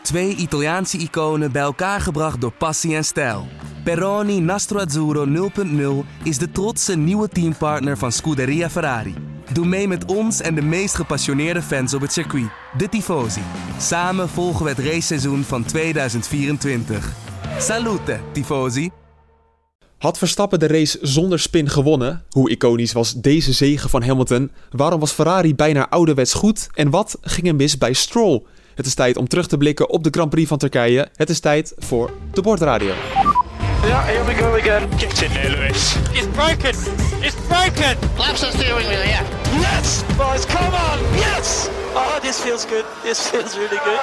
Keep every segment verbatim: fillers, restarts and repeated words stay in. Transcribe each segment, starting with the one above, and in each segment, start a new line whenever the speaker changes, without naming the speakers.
Twee Italiaanse iconen bij elkaar gebracht door passie en stijl. Peroni Nastro Azzurro nul punt nul is de trotse nieuwe teampartner van Scuderia Ferrari. Doe mee met ons en de meest gepassioneerde fans op het circuit, de Tifosi. Samen volgen we het raceseizoen van tweeduizend vierentwintig. Salute, Tifosi!
Had Verstappen de race zonder spin gewonnen? Hoe iconisch was deze zege van Hamilton? Waarom was Ferrari bijna ouderwets goed? En wat ging er mis bij Stroll? Het is tijd om terug te blikken op de Grand Prix van Turkije. Het is tijd voor de Bordradio.
Yeah, here we go again.
Get in there, Lewis. It's broken. It's broken.
Laps the steering wheel, yeah.
Yes, boys, come on. Yes. Oh, this feels good. This feels really good.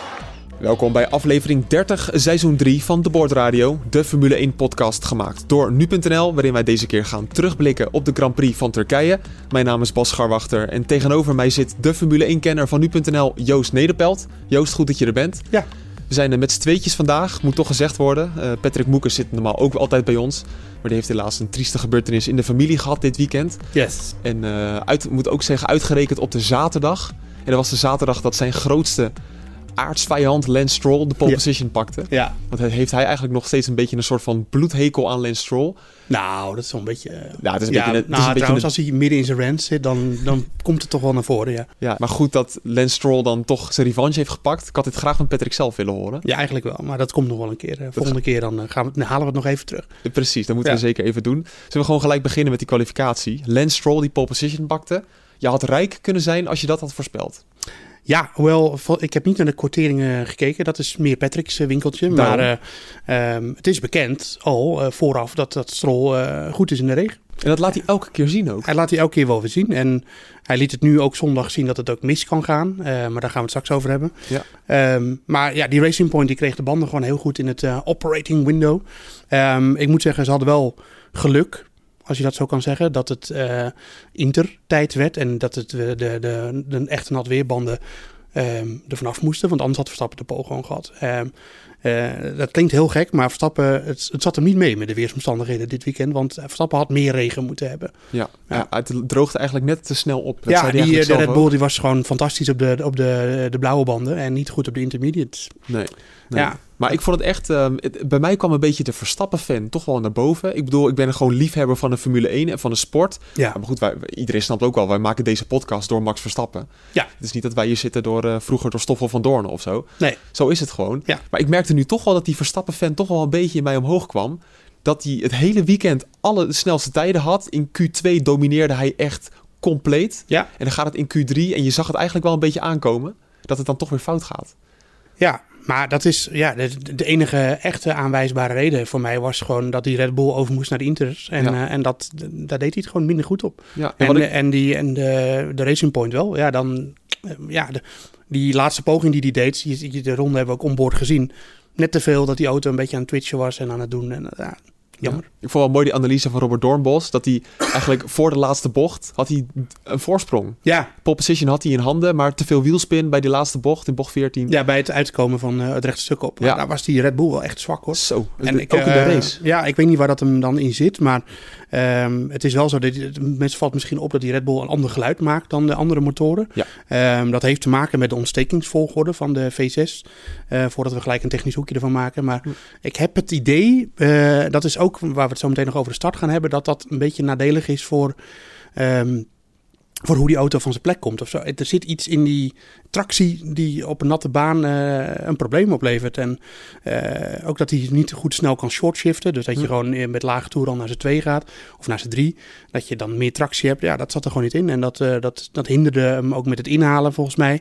Welkom bij aflevering dertig, seizoen drie van de Bordradio, de Formule één podcast gemaakt door nu punt n l, waarin wij deze keer gaan terugblikken op de Grand Prix van Turkije. Mijn naam is Bas Scharwachter en tegenover mij zit de Formule één-kenner van nu punt n l, Joost Nederpelt. Joost, goed dat je er bent.
Ja.
We zijn er met z'n tweetjes vandaag, moet toch gezegd worden. Uh, Patrick Moekers zit normaal ook altijd bij ons, maar die heeft helaas een trieste gebeurtenis in de familie gehad dit weekend.
Yes.
En uh, uit, moet ook zeggen, uitgerekend op de zaterdag. En dat was de zaterdag dat zijn grootste aardsvijand Lance Stroll de pole
ja.
position pakte.
Ja.
Want heeft hij eigenlijk nog steeds een beetje een soort van bloedhekel aan Lance Stroll.
Nou, dat is wel een beetje... Uh...
Ja, het is een
ja,
beetje... Het
nou,
is een
trouwens,
beetje
als hij midden in zijn rant zit, dan, dan komt het toch wel naar voren, ja.
Ja, maar goed dat Lance Stroll dan toch zijn revanche heeft gepakt. Ik had dit graag van Patrick zelf willen horen.
Ja, eigenlijk wel. Maar dat komt nog wel een keer. Uh, volgende keer dan, uh, gaan we, dan halen we het nog even terug.
Ja, precies, dat moeten
ja.
we zeker even doen. Zullen we gewoon gelijk beginnen met die kwalificatie. Lance Stroll die pole position pakte. Je had rijk kunnen zijn als je dat had voorspeld.
Ja, hoewel, ik heb niet naar de quoteringen gekeken. Dat is meer Patrick's winkeltje.
Daarom.
Maar uh, um, het is bekend al uh, vooraf dat, dat Stroll uh, goed is in de regen.
En dat laat hij elke keer zien ook.
Hij laat hij elke keer wel weer zien. En hij liet het nu ook zondag zien dat het ook mis kan gaan. Uh, maar daar gaan we het straks over hebben.
Ja.
Um, maar ja, die Racing Point die kreeg de banden gewoon heel goed in het uh, operating window. Um, ik moet zeggen, ze hadden wel geluk, als je dat zo kan zeggen, dat het uh, intertijd werd en dat het, uh, de, de, de echte natweerbanden um, er vanaf moesten, want anders had Verstappen de pole gewoon gehad. Um, uh, dat klinkt heel gek, maar Verstappen, het, het zat er niet mee met de weersomstandigheden dit weekend, want Verstappen had meer regen moeten hebben.
Ja,
ja.
ja het droogde eigenlijk net te snel op. Dat
ja,
zei
die, de Red Bull
ook.
die was gewoon fantastisch op de, op de, de blauwe banden en niet goed op de intermediates.
Nee, nee.
Ja.
Maar ik vond het echt... Uh, het, bij mij kwam een beetje de Verstappen-fan toch wel naar boven. Ik bedoel, ik ben gewoon liefhebber van de Formule één en van de sport.
Ja.
Maar goed, wij, iedereen snapt ook wel, wij maken deze podcast door Max Verstappen.
Ja.
Het is niet dat wij hier zitten door uh, vroeger door Stoffel van Doorn of zo.
Nee.
Zo is het gewoon.
Ja.
Maar ik merkte nu toch wel dat die Verstappen-fan toch wel een beetje in mij omhoog kwam. Dat hij het hele weekend alle de snelste tijden had. In Q twee domineerde hij echt compleet.
Ja.
En dan gaat het in Q drie en je zag het eigenlijk wel een beetje aankomen. Dat het dan toch weer fout gaat.
Ja, maar dat is ja, de, de enige echte aanwijsbare reden voor mij was gewoon dat die Red Bull over moest naar de Inters. En,
ja.
uh, en dat, daar deed hij het gewoon minder goed op.
Ja,
en
en, ik...
en, die, en de, de Racing Point wel. Ja, dan, uh, ja de, die laatste poging die hij deed, die, de ronde hebben we ook onboard gezien. Net te veel dat die auto een beetje aan het twitchen was en aan het doen. En, uh, jammer.
Ja. Ik vond wel mooi die analyse van Robert Doornbos. Dat hij eigenlijk voor de laatste bocht had hij een voorsprong.
Ja.
Pole position had hij in handen, maar te veel wielspin bij die laatste bocht in bocht veertien.
Ja, bij het uitkomen van uh, het rechte stuk op. Ja. Daar was die Red Bull wel echt zwak hoor.
Zo,
en ik,
ook in de
uh,
race.
Ja, ik weet niet waar dat hem dan in zit, maar um, het is wel zo. Dat mensen valt misschien op dat die Red Bull een ander geluid maakt dan de andere motoren.
Ja.
Um, dat heeft te maken met de ontstekingsvolgorde van de V zes. Uh, voordat we gelijk een technisch hoekje ervan maken. Maar hm. ik heb het idee, uh, dat is ook waar we het zo meteen nog over de start gaan hebben, dat dat een beetje nadelig is voor, um, voor hoe die auto van zijn plek komt of zo. Er zit iets in die tractie die op een natte baan uh, een probleem oplevert. En uh, ook dat hij niet goed snel kan shortshiften. Dus dat je hm. gewoon met lage toer al naar zijn twee gaat of naar zijn drie. Dat je dan meer tractie hebt. Ja, dat zat er gewoon niet in. En dat, uh, dat, dat hinderde hem ook met het inhalen volgens mij.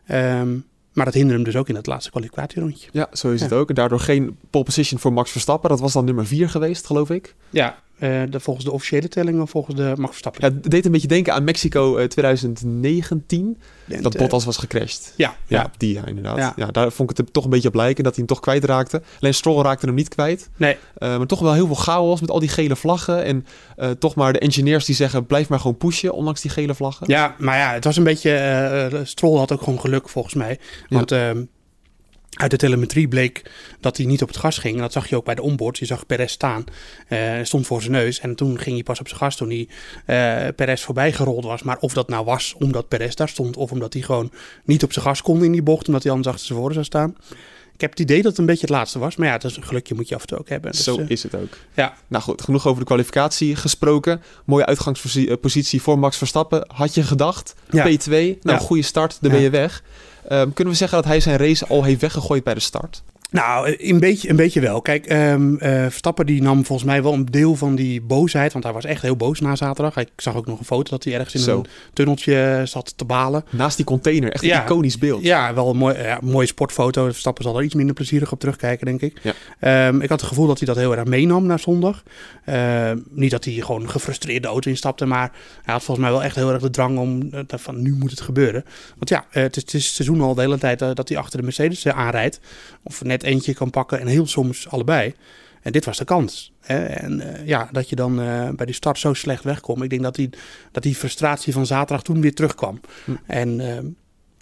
Um, Maar dat hinderde hem dus ook in het laatste kwalificatierondje.
Ja, zo is
ja.
het ook. En daardoor geen pole position voor Max Verstappen. Dat was dan nummer vier geweest, geloof ik.
Ja, uh, de, volgens de officiële telling of volgens de Max Verstappen.
Ja, het deed een beetje denken aan Mexico uh, twintig negentien.
En
dat
uh,
Bottas was gecrashed.
Ja,
ja.
ja.
die ja, inderdaad.
Ja.
Ja, daar vond ik het toch een beetje op lijken. Dat hij hem toch kwijtraakte. Alleen Stroll raakte hem niet kwijt.
Nee.
Uh, maar toch wel heel veel chaos met al die gele vlaggen. En uh, toch maar de engineers die zeggen, blijf maar gewoon pushen, ondanks die gele vlaggen.
Ja, maar ja, het was een beetje... Uh, Stroll had ook gewoon geluk volgens mij. Want... Ja. Uh, Uit de telemetrie bleek dat hij niet op het gas ging. En dat zag je ook bij de onboards. Je zag Perez staan. Uh, stond voor zijn neus. En toen ging hij pas op zijn gas toen hij uh, Perez voorbij gerold was. Maar of dat nou was omdat Perez daar stond. Of omdat hij gewoon niet op zijn gas kon in die bocht. Omdat hij anders achter zijn voren zou staan. Ik heb het idee dat het een beetje het laatste was. Maar ja, het is een gelukje moet je af en toe ook hebben. Dus,
Zo
uh,
is het ook.
Ja.
Nou goed, genoeg over de kwalificatie gesproken. Mooie uitgangspositie voor Max Verstappen. Had je gedacht? Ja. P twee. Nou, ja. Goede start. Dan ja. ben je weg. Um, kunnen we zeggen dat hij zijn race al heeft weggegooid bij de start?
Nou, een beetje, een beetje wel. Kijk, um, uh, Verstappen die nam volgens mij wel een deel van die boosheid. Want hij was echt heel boos na zaterdag. Ik zag ook nog een foto dat hij ergens in Zo. een tunneltje zat te balen.
Naast die container. Echt een ja, iconisch beeld.
Ja, wel een mooi, ja, mooie sportfoto. Verstappen zal er iets minder plezierig op terugkijken, denk ik. Ja. Um, ik had het gevoel dat hij dat heel erg meenam naar zondag. Uh, niet dat hij gewoon gefrustreerd de auto instapte. Maar hij had volgens mij wel echt heel erg de drang om... Uh, van nu moet het gebeuren. Want ja, uh, het, is, het is het seizoen al de hele tijd uh, dat hij achter de Mercedes uh, aanrijdt. Of net eentje kan pakken en heel soms allebei. En dit was de kans. Hè? En uh, ja, dat je dan uh, bij die start zo slecht wegkomt. Ik denk dat die, dat die frustratie van zaterdag toen weer terugkwam. Hm. En, uh, en,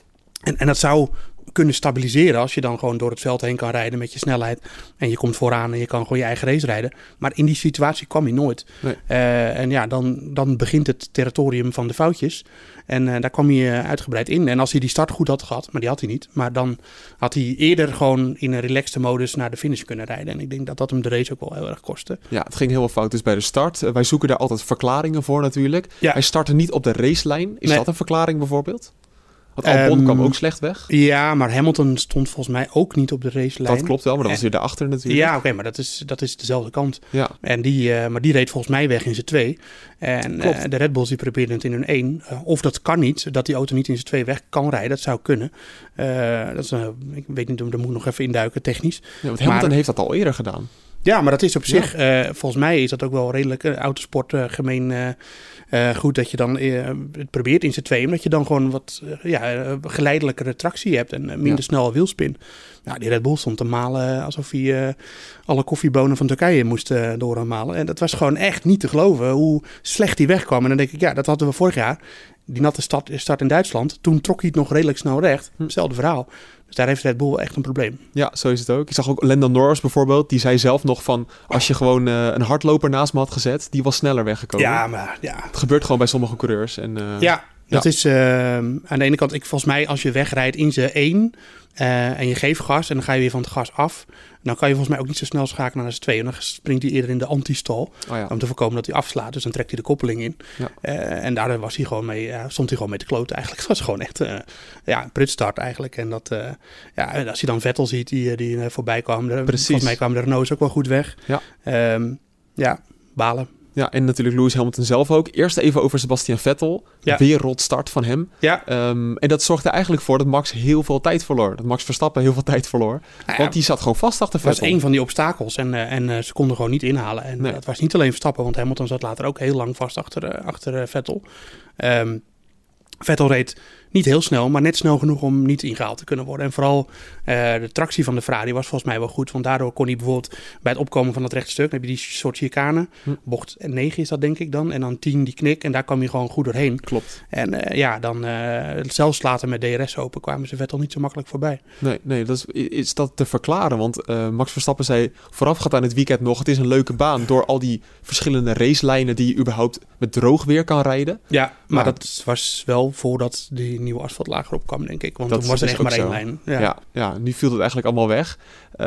en dat zou kunnen stabiliseren als je dan gewoon door het veld heen kan rijden met je snelheid. En je komt vooraan en je kan gewoon je eigen race rijden. Maar in die situatie kwam hij nooit. Nee. Uh, en ja, dan, dan begint het territorium van de foutjes. En uh, daar kwam hij uh, uitgebreid in. En als hij die start goed had gehad, maar die had hij niet. Maar dan had hij eerder gewoon in een relaxte modus naar de finish kunnen rijden. En ik denk dat dat hem de race ook wel heel erg kostte.
Ja, het ging heel veel fout dus bij de start. Uh, wij zoeken daar altijd verklaringen voor natuurlijk. Ja. Hij startte niet op de racelijn. Is nee. dat een verklaring bijvoorbeeld? Want Albon um, kwam ook slecht weg.
Ja, maar Hamilton stond volgens mij ook niet op de racelijn.
Dat klopt wel, maar dat was weer daarachter natuurlijk.
Ja, oké, okay, maar dat is, dat is dezelfde kant. Ja. En die, uh, maar die reed volgens mij weg in zijn twee. En uh, de Red Bulls die probeerden het in hun één. Uh, of dat kan niet, dat die auto niet in zijn twee weg kan rijden. Dat zou kunnen. Uh, dat is, uh, ik weet niet, daar moet ik nog even induiken, technisch.
Ja, want Hamilton maar, heeft dat al eerder gedaan.
Ja, maar dat is op zich, ja. uh, volgens mij is dat ook wel redelijk uh, autosport uh, gemeen uh, uh, goed dat je dan uh, het probeert in z'n tweeën. Omdat je dan gewoon wat uh, ja, uh, geleidelijkere tractie hebt en uh, minder ja. snel wielspin. Nou, die Red Bull stond te malen alsof hij uh, alle koffiebonen van Turkije moest uh, doormalen. En dat was gewoon echt niet te geloven hoe slecht hij wegkwam. En dan denk ik, ja, dat hadden we vorig jaar. Die natte start, start in Duitsland. Toen trok hij het nog redelijk snel recht. Hetzelfde verhaal. Dus daar heeft Red Bull echt een probleem.
Ja, zo is het ook. Ik zag ook Lando Norris bijvoorbeeld. Die zei zelf nog van... als je gewoon uh, een hardloper naast me had gezet... die was sneller weggekomen.
Ja, maar ja.
Het gebeurt gewoon bij sommige coureurs. En, uh,
ja, dat ja. is uh, aan de ene kant... Ik, volgens mij als je wegrijdt in z'n één... Uh, en je geeft gas en dan ga je weer van het gas af... dan kan je volgens mij ook niet zo snel schakelen naar z'n twee. En dan springt hij eerder in de anti-stall... Oh ja. om te voorkomen dat hij afslaat. Dus dan trekt hij de koppeling in. Ja. Uh, en daar was hij gewoon mee, uh, stond hij gewoon mee te kloten eigenlijk. Het was gewoon echt uh, ja, een prutstart eigenlijk. En dat, uh, ja, als je dan Vettel ziet die, die uh, voorbij kwam... De, volgens mij kwamen de Renaults ook wel goed weg. Ja, um, ja balen.
Ja, en natuurlijk Lewis Hamilton zelf ook. Eerst even over Sebastian Vettel. Ja. Wereldstart van hem. Ja. Um, en dat zorgde eigenlijk voor dat Max heel veel tijd verloor. Dat Max Verstappen heel veel tijd verloor. Ja, want die zat gewoon vast achter Vettel.
Dat was een van die obstakels. En, uh, en uh, ze konden gewoon niet inhalen. En nee. dat was niet alleen Verstappen. Want Hamilton zat later ook heel lang vast achter, uh, achter uh, Vettel. Um, Vettel reed niet heel snel, maar net snel genoeg om niet ingehaald te kunnen worden. En vooral uh, de tractie van de Ferrari was volgens mij wel goed. Want daardoor kon hij bijvoorbeeld bij het opkomen van dat rechte stuk... dan heb je die soort chicane. Hm. Bocht negen is dat denk ik dan. En dan tien die knik. En daar kwam je gewoon goed doorheen.
Klopt.
En uh, ja, dan uh, zelfs later met D R S open kwamen ze Vettel niet zo makkelijk voorbij.
Nee, nee dat is, is dat te verklaren? Want uh, Max Verstappen zei voorafgaand aan het weekend nog... het is een leuke baan door al die verschillende racelijnen... die je überhaupt met droog weer kan rijden.
Ja, maar, maar dat was wel voordat die nieuwe asfaltlaag erop kwam, denk ik. Want dat toen was er echt maar één lijn. Ja.
Ja, ja, nu viel het eigenlijk allemaal weg.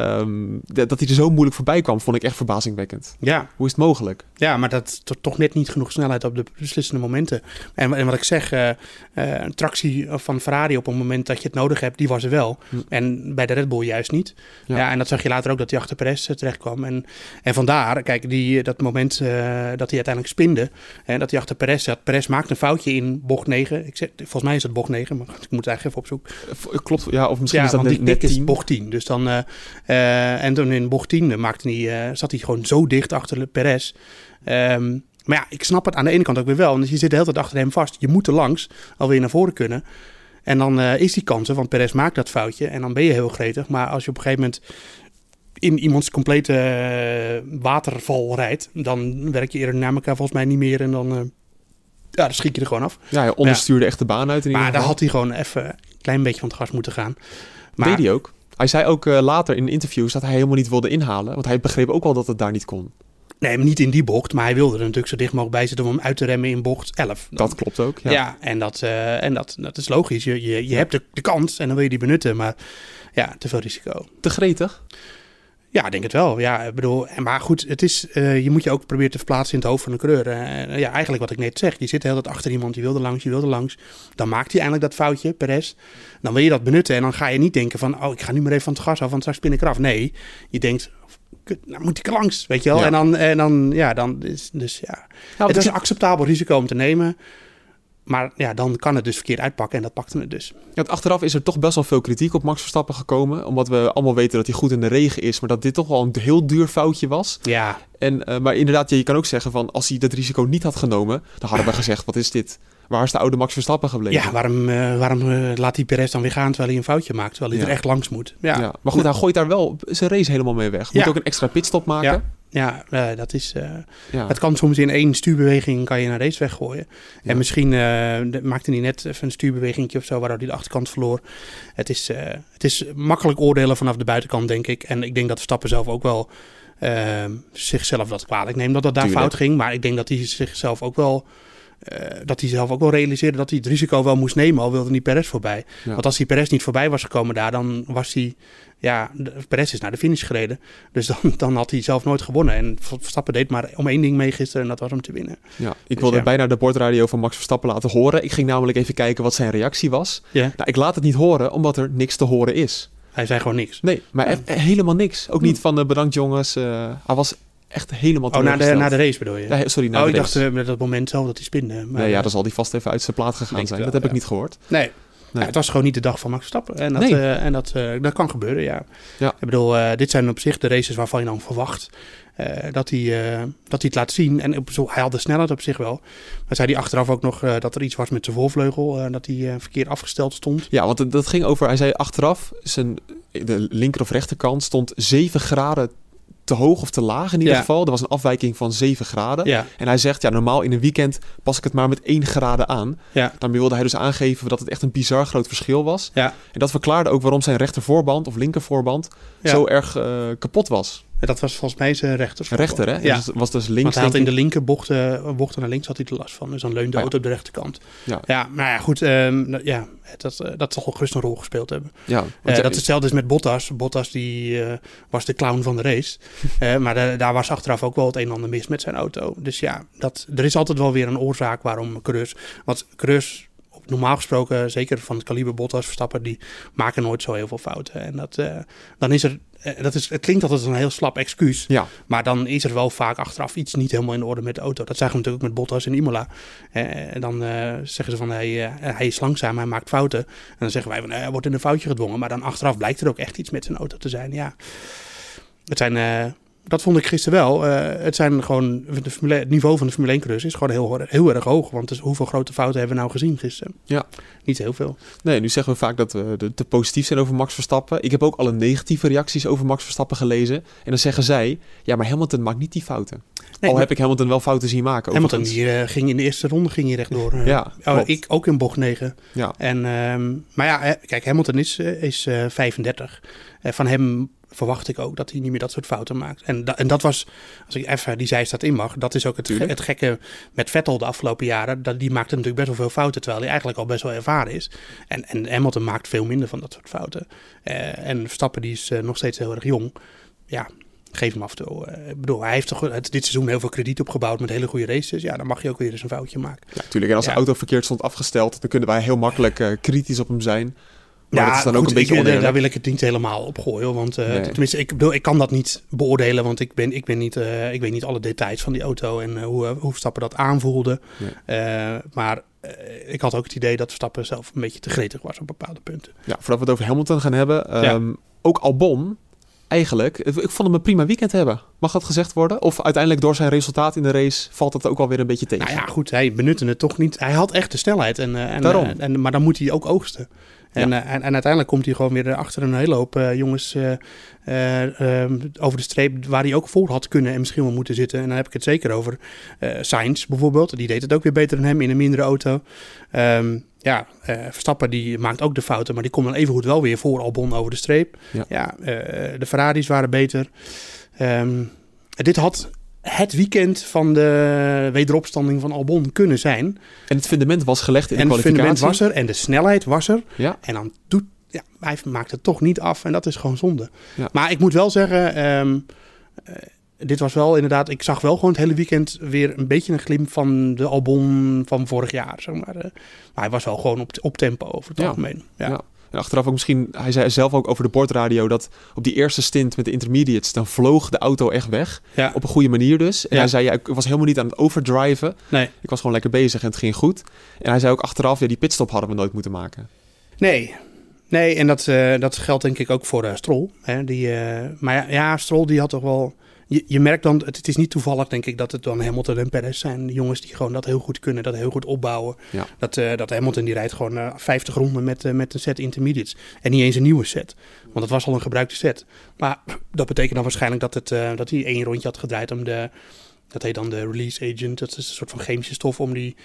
Um, dat hij er zo moeilijk voorbij kwam, vond ik echt verbazingwekkend.
Ja.
Hoe is het mogelijk?
Ja, maar dat to- toch net niet genoeg snelheid op de beslissende momenten. En, en wat ik zeg, uh, uh, een tractie van Ferrari op een moment dat je het nodig hebt, die was er wel. Hm. En bij de Red Bull juist niet. Ja. Ja, en dat zag je later ook, dat hij achter Perez uh, terecht kwam. En, en vandaar, kijk, die, dat moment uh, dat hij uiteindelijk spinde, hè, dat hij achter Perez zat. Perez maakt een foutje in bocht negen. Ik zeg, volgens mij is het bocht negen, maar ik moet het eigenlijk even opzoeken.
Klopt, ja, of misschien ja, is dat net, net tien.
Is bocht tien, dus dan... Uh, uh, en toen in bocht tien maakte hij, uh, zat hij gewoon zo dicht achter Perez. Um, maar ja, ik snap het aan de ene kant ook weer wel. Want je zit de hele tijd achter hem vast. Je moet er langs, alweer naar voren kunnen. En dan uh, is die kans, want Perez maakt dat foutje. En dan ben je heel gretig. Maar als je op een gegeven moment in iemands complete uh, waterval rijdt, dan werk je eerder naar elkaar volgens mij niet meer. En dan, uh, ja, dan schiet je er gewoon af.
Ja, hij onderstuurde ja. echt de baan uit. In
maar
ieder
daar had hij gewoon even een klein beetje van het gas moeten gaan.
Maar, deed hij ook. Hij zei ook uh, later in interviews dat hij helemaal niet wilde inhalen. Want hij begreep ook wel dat het daar niet kon.
Nee, maar niet in die bocht. Maar hij wilde er natuurlijk zo dicht mogelijk bij zitten om hem uit te remmen in bocht elf. Dan,
dat klopt ook, ja.
Ja, en, dat, uh, en dat, dat is logisch. Je, je, je ja. hebt de, de kans en dan wil je die benutten. Maar ja, te veel risico.
Te gretig?
Ja, ik denk het wel. Ja, ik bedoel, maar goed, het is, uh, je moet je ook proberen te verplaatsen in het hoofd van de coureur. Uh, ja, eigenlijk wat ik net zeg. Je zit de hele tijd achter iemand, je wil er langs, je wil er langs. Dan maakt hij eindelijk dat foutje, Perez. Dan wil je dat benutten en dan ga je niet denken van, oh, ik ga nu maar even van het gas af, want straks spin ik eraf. Nee, je denkt, nou moet ik er langs, weet je wel. Ja. En dan, en dan, ja, dan is, dus ja. Nou, het is een acceptabel risico om te nemen. Maar ja, dan kan het dus verkeerd uitpakken en dat pakte het dus.
Ja, achteraf is er toch best wel veel kritiek op Max Verstappen gekomen. Omdat we allemaal weten dat hij goed in de regen is. Maar dat dit toch wel een heel duur foutje was.
Ja.
En, uh, maar inderdaad, je kan ook zeggen van als hij dat risico niet had genomen, dan hadden we gezegd, wat is dit? Waar is de oude Max Verstappen gebleven?
Ja, waarom, uh, waarom uh, laat hij Perez dan weer gaan terwijl hij een foutje maakt? Terwijl hij ja. er echt langs moet. Ja. Ja.
Maar goed, hij gooit daar wel zijn race helemaal mee weg. Moet ja. ook een extra pitstop maken.
Ja. Ja, uh, dat is. Uh, ja. Het kan soms in één stuurbeweging kan je een race weggooien. Ja. En misschien uh, maakte hij net even een stuurbewegingje of zo, waardoor hij de achterkant verloor. Het is, uh, het is makkelijk oordelen vanaf de buitenkant, denk ik. En ik denk dat Verstappen zelf ook wel uh, zichzelf dat kwalijk neemt dat dat daar Tuurlijk. fout ging. Maar ik denk dat hij zichzelf ook wel. Uh, dat hij zelf ook wel realiseerde dat hij het risico wel moest nemen, al wilde hij Perez voorbij. Ja. Want als hij Perez niet voorbij was gekomen daar, dan was hij, ja, Perez is naar de finish gereden. Dus dan, dan had hij zelf nooit gewonnen. En Verstappen deed maar om één ding mee gisteren en dat was om te winnen.
Ja, ik dus wilde ja. bijna de bordradio van Max Verstappen laten horen. Ik ging namelijk even kijken wat zijn reactie was. Ja. Nou, ik laat het niet horen, omdat er niks te horen is.
Hij zei gewoon niks.
Nee, maar ja. e- helemaal niks. Ook hm. niet van uh, bedankt jongens. Uh, hij was echt helemaal
Oh, naar de, naar de race bedoel je?
Ja, sorry, naar
oh,
de
ik
race.
dacht uh, met dat moment zelf dat hij spinde. Maar,
nee, ja, dan zal hij vast even uit zijn plaat gegaan zijn.
Wel,
dat heb
ja.
ik niet gehoord.
Nee. Nee. Ja, het was gewoon niet de dag van Max Verstappen. En dat,
nee.
uh, en dat, uh, dat kan gebeuren, ja. ja. Ik bedoel, uh, dit zijn op zich de races waarvan je dan verwacht uh, dat, hij, uh, dat hij het laat zien. En op, zo, hij had de snelheid op zich wel. Maar zei hij achteraf ook nog uh, dat er iets was met zijn voorvleugel. Uh, dat hij uh, verkeerd afgesteld stond.
Ja, want dat ging over, hij zei achteraf, zijn, de linker of rechterkant stond zeven graden te hoog of te laag in ieder ja. geval. Er was een afwijking van zeven graden. Ja. En hij zegt, ja, normaal in een weekend pas ik het maar met één graden aan. Ja. Daarmee wilde hij dus aangeven dat het echt een bizar groot verschil was. Ja. En dat verklaarde ook waarom zijn rechtervoorband of linkervoorband ja. zo erg uh, kapot was.
En dat was volgens mij zijn rechter.
Rechter, hè?
Ja.
Dus het was dus links.
Want hij had in de linkerbochten bochten naar links had hij er last van. Dus dan leunde de auto ja. op de rechterkant. Ja, ja nou ja, goed. Um, ja, dat, uh, dat zal gerust een rol gespeeld hebben. Ja, uh, ja, dat is hetzelfde is met Bottas. Bottas die uh, was de clown van de race. uh, maar de, daar was achteraf ook wel het een en ander mis met zijn auto. Dus ja, dat, er is altijd wel weer een oorzaak waarom coureurs... Want coureurs... Normaal gesproken, zeker van het kaliber Bottas, Verstappen, die maken nooit zo heel veel fouten. En dat, uh, dan is er, uh, dat is, het klinkt altijd een heel slap excuus. Ja. Maar dan is er wel vaak achteraf iets niet helemaal in orde met de auto. Dat zagen we natuurlijk ook met Bottas in Imola. Uh, en dan uh, zeggen ze van, hij, uh, hij is langzaam, hij maakt fouten. En dan zeggen wij van, uh, hij wordt in een foutje gedwongen. Maar dan achteraf blijkt er ook echt iets met zijn auto te zijn. Ja, het zijn... Uh, Dat vond ik gisteren wel. Uh, het zijn gewoon de Formule, het niveau van de Formule één coureurs is gewoon heel, heel erg hoog. Want dus hoeveel grote fouten hebben we nou gezien gisteren? Ja. Niet heel veel.
Nee, nu zeggen we vaak dat we te positief zijn over Max Verstappen. Ik heb ook alle negatieve reacties over Max Verstappen gelezen. En dan zeggen zij, ja, maar Hamilton maakt niet die fouten. Nee, Al maar... heb ik Hamilton wel fouten zien maken.
Hamilton die, uh, ging in de eerste ronde ging hij rechtdoor. Uh, ja, oh, ik ook in bocht negen. Ja. En, um, maar ja, kijk, Hamilton is, uh, is uh, vijfendertig. Uh, van hem... verwacht ik ook dat hij niet meer dat soort fouten maakt. En, da- en dat was, als ik even die zijstaat in mag, dat is ook het, ge- het gekke met Vettel de afgelopen jaren. Dat, die maakte natuurlijk best wel veel fouten, terwijl hij eigenlijk al best wel ervaren is. En, en Hamilton maakt veel minder van dat soort fouten. Uh, en Verstappen die is uh, nog steeds heel erg jong. Ja, geef hem af en toe. Uh, ik bedoel, hij heeft toch het, dit seizoen heel veel krediet opgebouwd met hele goede races. Ja, dan mag je ook weer eens een foutje maken.
Ja, natuurlijk. En als ja. de auto verkeerd stond afgesteld, dan kunnen wij heel makkelijk uh, kritisch op hem zijn. Maar ja, dat is dan goed, ook een beetje
ik,
oneerlijk.
Daar wil ik het niet helemaal op gooien. Want uh, nee. tenminste, ik, bedoel, ik kan dat niet beoordelen. Want ik, ben, ik, ben niet, uh, ik weet niet alle details van die auto en uh, hoe, uh, hoe Verstappen dat aanvoelde. Nee. Uh, maar uh, ik had ook het idee dat Verstappen zelf een beetje te gretig was op bepaalde punten.
Ja, voordat we het over Hamilton gaan hebben. Um, ja. Ook Albon, eigenlijk, ik vond hem een prima weekend hebben. Mag dat gezegd worden? Of uiteindelijk door zijn resultaat in de race valt het ook alweer een beetje tegen?
Nou ja, goed, hij benutte het toch niet. Hij had echt de snelheid. En, uh, en, Daarom. Uh, en, maar dan moet hij ook oogsten. En, ja. uh, en, en uiteindelijk komt hij gewoon weer achter een hele hoop uh, jongens uh, uh, um, over de streep waar hij ook voor had kunnen en misschien wel moeten zitten. En dan heb ik het zeker over uh, Sainz bijvoorbeeld. Die deed het ook weer beter dan hem in een mindere auto. Um, ja, uh, Verstappen die maakt ook de fouten, maar die komt dan evengoed wel weer voor Albon over de streep. Ja, ja uh, de Ferraris waren beter. Um, dit had het weekend van de wederopstanding van Albon kunnen zijn.
En het fundament was gelegd in de kwalificatie.
En het fundament was er en de snelheid was er.
Ja.
En dan doet, ja, hij maakt het toch niet af en dat is gewoon zonde. Ja. Maar ik moet wel zeggen, um, uh, dit was wel inderdaad, ik zag wel gewoon het hele weekend weer een beetje een glimp van de Albon van vorig jaar. Zeg maar. Uh, maar hij was wel gewoon op, op tempo over het
ja.
algemeen. Ja.
Ja. En achteraf ook misschien, hij zei zelf ook over de bordradio dat op die eerste stint met de intermediates, dan vloog de auto echt weg. Ja. Op een goede manier dus. En ja. hij zei, ja, ik was helemaal niet aan het overdriven. Nee. Ik was gewoon lekker bezig en het ging goed. En hij zei ook achteraf, ja, die pitstop hadden we nooit moeten maken.
Nee, nee en dat, uh, dat geldt denk ik ook voor uh, Stroll. Hè? Die, uh, maar ja, ja, Stroll die had toch wel... Je, je merkt dan, het, het is niet toevallig denk ik dat het dan Hamilton en Perez zijn. De jongens die gewoon dat heel goed kunnen, dat heel goed opbouwen. Ja. Dat, uh, dat Hamilton die rijdt gewoon uh, vijftig ronden met, uh, met een set intermediates. En niet eens een nieuwe set. Want het was al een gebruikte set. Maar dat betekent dan waarschijnlijk dat, het, uh, dat hij één rondje had gedraaid om de... Dat heet dan de release agent. Dat is een soort van chemische stof om die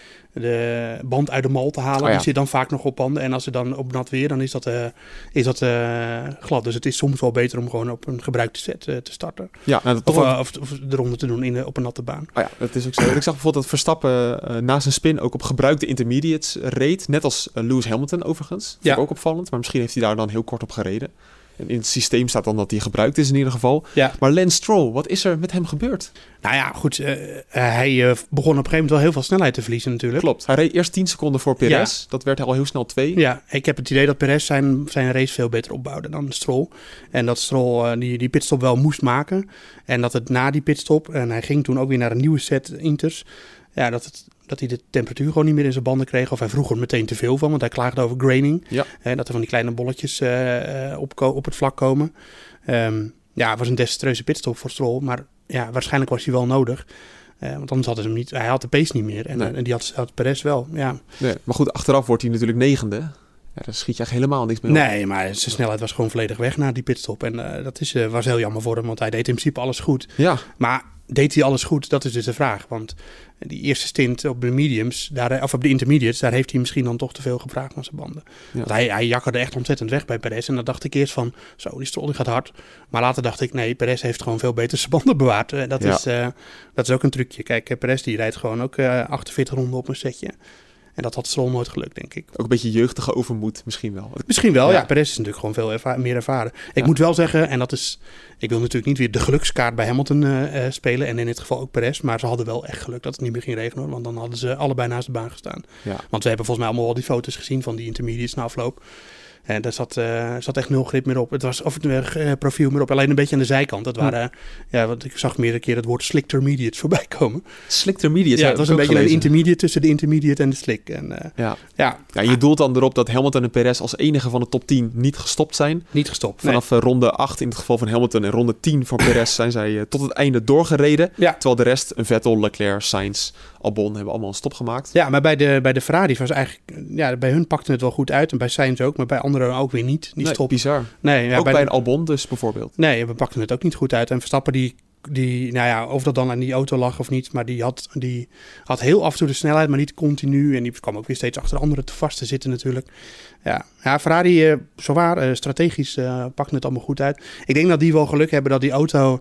de band uit de mal te halen. Oh ja. Die zit dan vaak nog op banden. En als ze dan op nat weer, dan is dat, uh, is dat uh, glad. Dus het is soms wel beter om gewoon op een gebruikte set uh, te starten.
Ja, nou,
of, uh, of, of de ronde te doen in de, op een natte baan.
Oh ja, dat is ook zo. Ik zag bijvoorbeeld dat Verstappen uh, na zijn spin ook op gebruikte intermediates reed. Net als uh, Lewis Hamilton overigens. Dat ja. Vond ik ook opvallend. Maar misschien heeft hij daar dan heel kort op gereden. En in het systeem staat dan dat hij gebruikt is in ieder geval. Ja. Maar Lance Stroll, wat is er met hem gebeurd?
Nou ja, goed. Uh, hij uh, begon op een gegeven moment wel heel veel snelheid te verliezen natuurlijk.
Klopt. Hij reed eerst tien seconden voor Perez. Ja. Dat werd al heel snel twee.
Ja, ik heb het idee dat Perez zijn, zijn race veel beter opbouwde dan Stroll. En dat Stroll uh, die, die pitstop wel moest maken. En dat het na die pitstop, en hij ging toen ook weer naar een nieuwe set inters. Ja, dat het... dat hij de temperatuur gewoon niet meer in zijn banden kreeg. Of hij vroeg er meteen te veel van, want hij klaagde over graining. Ja. Hè, dat er van die kleine bolletjes uh, op, op het vlak komen. Um, ja, het was een desastreuze pitstop voor Stroll. Maar ja, waarschijnlijk was hij wel nodig. Uh, want anders hadden ze hem niet. Hij had de pace niet meer. En, nee. en die had, had Perez wel. Ja.
Nee, maar goed, achteraf wordt hij natuurlijk negende. Ja, daar schiet je echt helemaal niks mee op.
Nee, maar zijn snelheid was gewoon volledig weg na die pitstop. En uh, dat is, uh, was heel jammer voor hem, want hij deed in principe alles goed. Ja. Maar deed hij alles goed? Dat is dus de vraag. Want die eerste stint op de mediums, daar, of op de intermediates, daar heeft hij misschien dan toch te veel gevraagd van zijn banden. Ja. Want hij, hij jakkerde echt ontzettend weg bij Perez. En dan dacht ik eerst van, zo, die Stroll die gaat hard. Maar later dacht ik, nee, Perez heeft gewoon veel beter zijn banden bewaard. Dat, ja. is, uh, dat is ook een trucje. Kijk, Perez die rijdt gewoon ook uh, achtenveertig ronden op een setje. En dat had Stroll nooit gelukt, denk ik.
Ook een beetje jeugdige overmoed misschien wel.
Misschien wel, ja. ja. Perez is natuurlijk gewoon veel erva- meer ervaren. Ik ja. moet wel zeggen, en dat is... Ik wil natuurlijk niet weer de gelukskaart bij Hamilton uh, uh, spelen. En in dit geval ook Perez. Maar ze hadden wel echt geluk dat het niet meer ging regenen. Want dan hadden ze allebei naast de baan gestaan. Ja. Want we hebben volgens mij allemaal al die foto's gezien van die intermediates na afloop. En daar zat, uh, zat echt nul grip meer op. Het was of het uh, profiel meer op, alleen een beetje aan de zijkant. Dat waren, ja, ja want ik zag meerdere keer het woord slicktermediates voorbij komen.
Slicktermediates?
Ja, het was een beetje gelezen. Een intermediate tussen de intermediate en de slick. En, uh,
ja. Ja. ja, je doelt dan erop dat Hamilton en Perez als enige van de top tien niet gestopt zijn.
Niet gestopt,
Vanaf nee. ronde acht in het geval van Hamilton en ronde tien voor Perez zijn zij uh, tot het einde doorgereden. Ja. Terwijl de rest, een Vettel, Leclerc, Sainz, Albon, hebben allemaal een stop gemaakt.
Ja, maar bij de, bij de Ferraris was eigenlijk... Ja, bij hun pakte het wel goed uit en bij Sainz ook, maar bij anderen ook weer niet. Die
nee,
stop.
bizar.
Nee, ja,
ook bij, bij
de,
een Albon dus bijvoorbeeld.
Nee, we pakten het ook niet goed uit. En Verstappen die, die, nou ja, of dat dan aan die auto lag of niet, maar die had, die had heel af en toe de snelheid, maar niet continu. En die kwam ook weer steeds achter de anderen te vast te zitten natuurlijk. Ja, ja Ferrari, uh, zowaar, uh, strategisch uh, pakte het allemaal goed uit. Ik denk dat die wel geluk hebben dat die auto...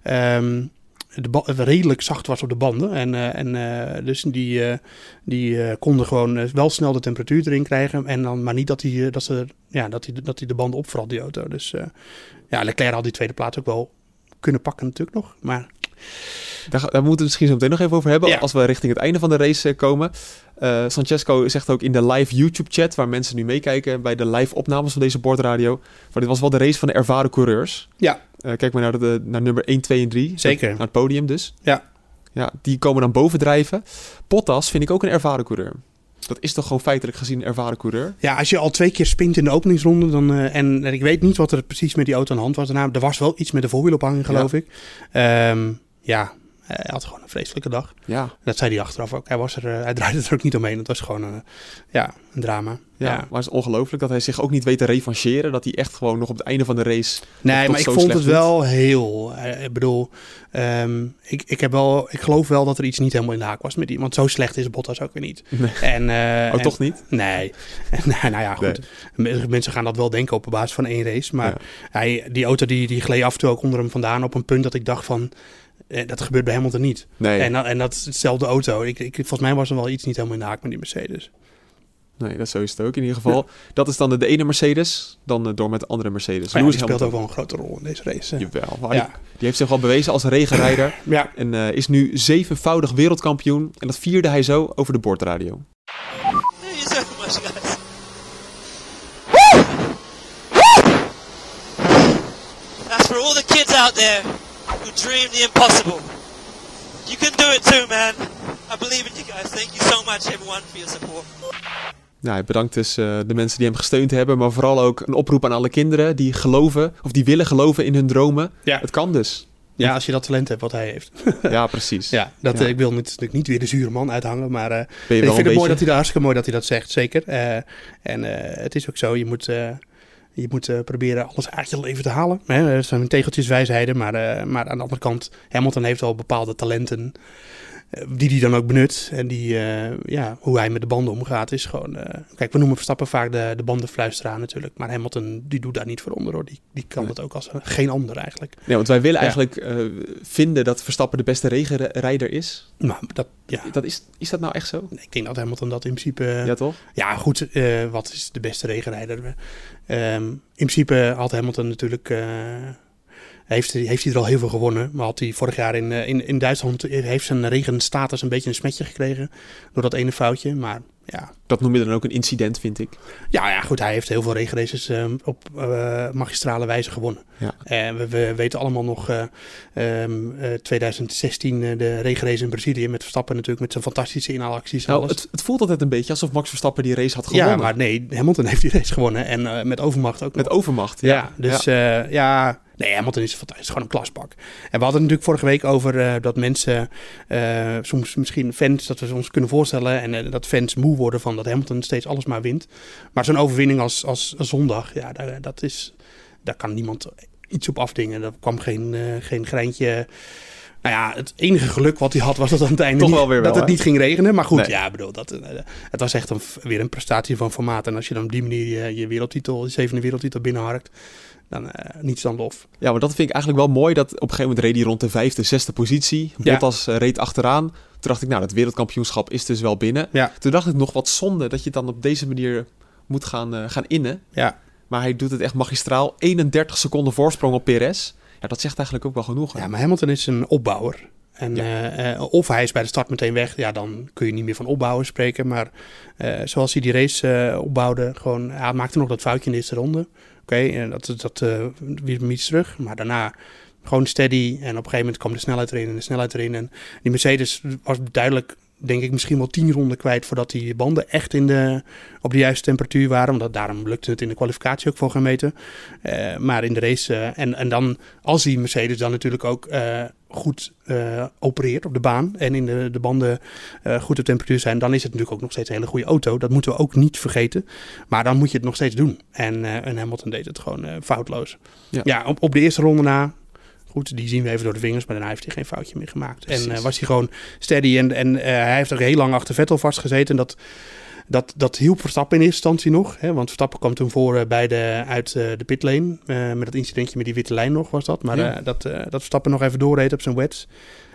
Um, De ba- redelijk zacht was op de banden. En, uh, en uh, dus die, uh, die uh, konden gewoon uh, wel snel de temperatuur erin krijgen. En dan, maar niet dat hij uh, dat ze, ja, dat die, dat die de banden opvrat, die auto. Dus uh, ja, Leclerc had die tweede plaats ook wel kunnen pakken natuurlijk nog. Maar...
Daar, daar moeten we het misschien zo meteen nog even over hebben. Ja. Als we richting het einde van de race komen. Uh, Francesco zegt ook in de live YouTube-chat, waar mensen nu meekijken bij de live opnames van deze bordradio. Maar dit was wel de race van de ervaren coureurs.
Ja.
Uh, kijk maar naar, de, naar nummer één, twee en drie.
Zeker.
Naar het podium dus.
Ja.
Ja, die komen dan bovendrijven. Bottas vind ik ook een ervaren coureur. Dat is toch gewoon feitelijk gezien een ervaren coureur?
Ja, als je al twee keer spint in de openingsronde, dan, uh, en, en ik weet niet wat er precies met die auto aan de hand was. Daarna, er was wel iets met de voorwielophanging, geloof ja. ik. Um, ja, hij had gewoon een vreselijke dag.
Ja.
Dat zei hij achteraf ook. Hij, was er, uh, hij draaide er ook niet omheen. Het was gewoon uh, ja, een drama.
Ja, ja, maar het is ongelooflijk dat hij zich ook niet weet te revancheren. Dat hij echt gewoon nog op het einde van de race...
Nee, maar ik vond het wel heel... Uh, ik bedoel, um, ik, ik, heb wel, ik geloof wel dat er iets niet helemaal in de haak was met die. Want zo slecht is Bottas ook weer niet.
Nee.
En, uh,
oh,
en,
toch niet?
Nee. nou, nou ja, goed. Nee. Mensen gaan dat wel denken op basis van één race. Maar ja. hij, die auto die, die gleed af en toe ook onder hem vandaan op een punt dat ik dacht van... Eh, dat gebeurt bij Hamilton niet.
Nee.
En, en dat is hetzelfde auto. Ik, ik, volgens mij was er wel iets niet helemaal in de haak met die Mercedes.
Nee, dat zo is het ook in ieder geval. Ja. Dat is dan de, de ene Mercedes, dan uh, door met de andere Mercedes.
Ja, die speelt Hamilton ook wel een grote rol in deze race. Hè?
Jawel. Ja. Die, die heeft zich wel bewezen als regenrijder.
Ja.
En uh, is nu zevenvoudig wereldkampioen. En dat vierde hij zo over de bordradio.
Thank you so much, guys. That's for all the kids out there who dream the impossible. You can do it too, man. I believe in you guys. Thank you so much, everyone, for your support.
Nou, hij bedankt dus uh, de mensen die hem gesteund hebben, maar vooral ook een oproep aan alle kinderen die geloven, of die willen geloven in hun dromen.
Ja.
Het kan dus.
Ja, als je dat talent hebt wat hij heeft.
Ja, precies.
Ja, dat,
ja.
Uh, ik wil natuurlijk niet weer de zure man uithangen, maar uh,
ben je
ik
wel
vind het mooi
beetje...
dat hij dat hartstikke mooi dat hij dat zegt, zeker. Uh, en uh, het is ook zo, je moet... Uh, Je moet uh, proberen alles uit je leven te halen. Hè? Dat zijn tegeltjeswijsheden. Maar, uh, maar aan de andere kant, Hamilton heeft al bepaalde talenten. Uh, die hij dan ook benut. En die, uh, ja, hoe hij met de banden omgaat is gewoon... Uh, kijk, we noemen Verstappen vaak de, de bandenfluisteraar natuurlijk. Maar Hamilton, die doet daar niet voor onder hoor. Die, die kan nee. dat ook als uh, geen ander eigenlijk.
Nee, want wij willen ja. eigenlijk uh, vinden dat Verstappen de beste regenrijder is.
Nou, dat, ja.
dat is, is dat nou echt zo?
Ik denk dat Hamilton dat in principe... Uh,
ja, toch?
Ja, goed. Uh, wat is de beste regenrijder? Um, in principe had Hamilton natuurlijk... Uh, heeft, heeft hij er al heel veel gewonnen. Maar had hij vorig jaar in, in, in Duitsland... heeft zijn regenstatus een beetje een smetje gekregen. Door dat ene foutje. Maar ja...
Dat noem je dan ook een incident, vind ik.
Ja, ja goed. Hij heeft heel veel regenraces um, op uh, magistrale wijze gewonnen.
Ja.
Uh, we, we weten allemaal nog... Uh, um, uh, twintig zestien uh, de regenrace in Brazilië. Met Verstappen natuurlijk. Met zijn fantastische inhaalacties.
Nou, het, het voelt altijd een beetje alsof Max Verstappen die race had gewonnen.
Ja, maar nee. Hamilton heeft die race gewonnen. En uh, met overmacht ook
Met
nog.
overmacht, ja.
Ja, dus ja... Uh, ja Nee, Hamilton is fantastisch. Gewoon een klasbak. En we hadden het natuurlijk vorige week over uh, dat mensen, uh, soms misschien fans, dat we ons kunnen voorstellen en uh, dat fans moe worden van dat Hamilton steeds alles maar wint. Maar zo'n overwinning als, als, als zondag, ja, daar, dat is, daar kan niemand iets op afdingen. Er kwam geen, uh, geen greintje. Nou ja, het enige geluk wat hij had was dat aan het einde
Toch
niet,
wel weer wel,
dat het
hè?
niet ging regenen. Maar goed,
nee.
ja, bedoel, dat, uh, het was echt een, weer een prestatie van formaat. En als je dan op die manier je, je wereldtitel, je zevende wereldtitel binnenharkt, dan uh, niets dan lof.
Ja, maar dat vind ik eigenlijk wel mooi. Dat op een gegeven moment reed hij rond de vijfde, zesde positie. Bottas ja. uh, reed achteraan. Toen dacht ik, nou, dat wereldkampioenschap is dus wel binnen.
Ja.
Toen dacht ik nog wat zonde dat je het dan op deze manier moet gaan, uh, gaan innen.
Ja.
Maar hij doet het echt magistraal. eenendertig seconden voorsprong op Perez. Ja, dat zegt eigenlijk ook wel genoeg. Hè?
Ja, maar Hamilton is een opbouwer. En
ja.
uh, uh, of hij is bij de start meteen weg. Ja, dan kun je niet meer van opbouwen spreken. Maar uh, zoals hij die race uh, opbouwde, gewoon, hij maakte nog dat foutje in de eerste ronde. Oké, okay, dat, dat uh, wierp hem iets terug. Maar daarna gewoon steady. En op een gegeven moment kwam de snelheid erin en de snelheid erin. En die Mercedes was duidelijk, denk ik, misschien wel tien ronden kwijt voordat die banden echt in de, op de juiste temperatuur waren. Want daarom lukte het in de kwalificatie ook voor gaan meten. Uh, maar in de race... Uh, en, en dan, als die Mercedes dan natuurlijk ook uh, goed uh, opereert op de baan en in de, de banden uh, goed op temperatuur zijn, dan is het natuurlijk ook nog steeds een hele goede auto. Dat moeten we ook niet vergeten. Maar dan moet je het nog steeds doen. En, uh, en Hamilton deed het gewoon uh, foutloos. Ja, ja op, op de eerste ronde na... Goed, die zien we even door de vingers, maar daarna heeft hij geen foutje meer gemaakt. Precies. En uh, was hij gewoon steady. En, en uh, hij heeft ook heel lang achter Vettel vastgezeten. En dat, dat, dat hielp Verstappen in eerste instantie nog. Hè? Want Verstappen kwam toen voor uh, bij de, uit uh, de pitlane. Uh, met dat incidentje met die witte lijn nog was dat. Maar ja. uh, dat, uh, dat Verstappen nog even doorreed op zijn wets.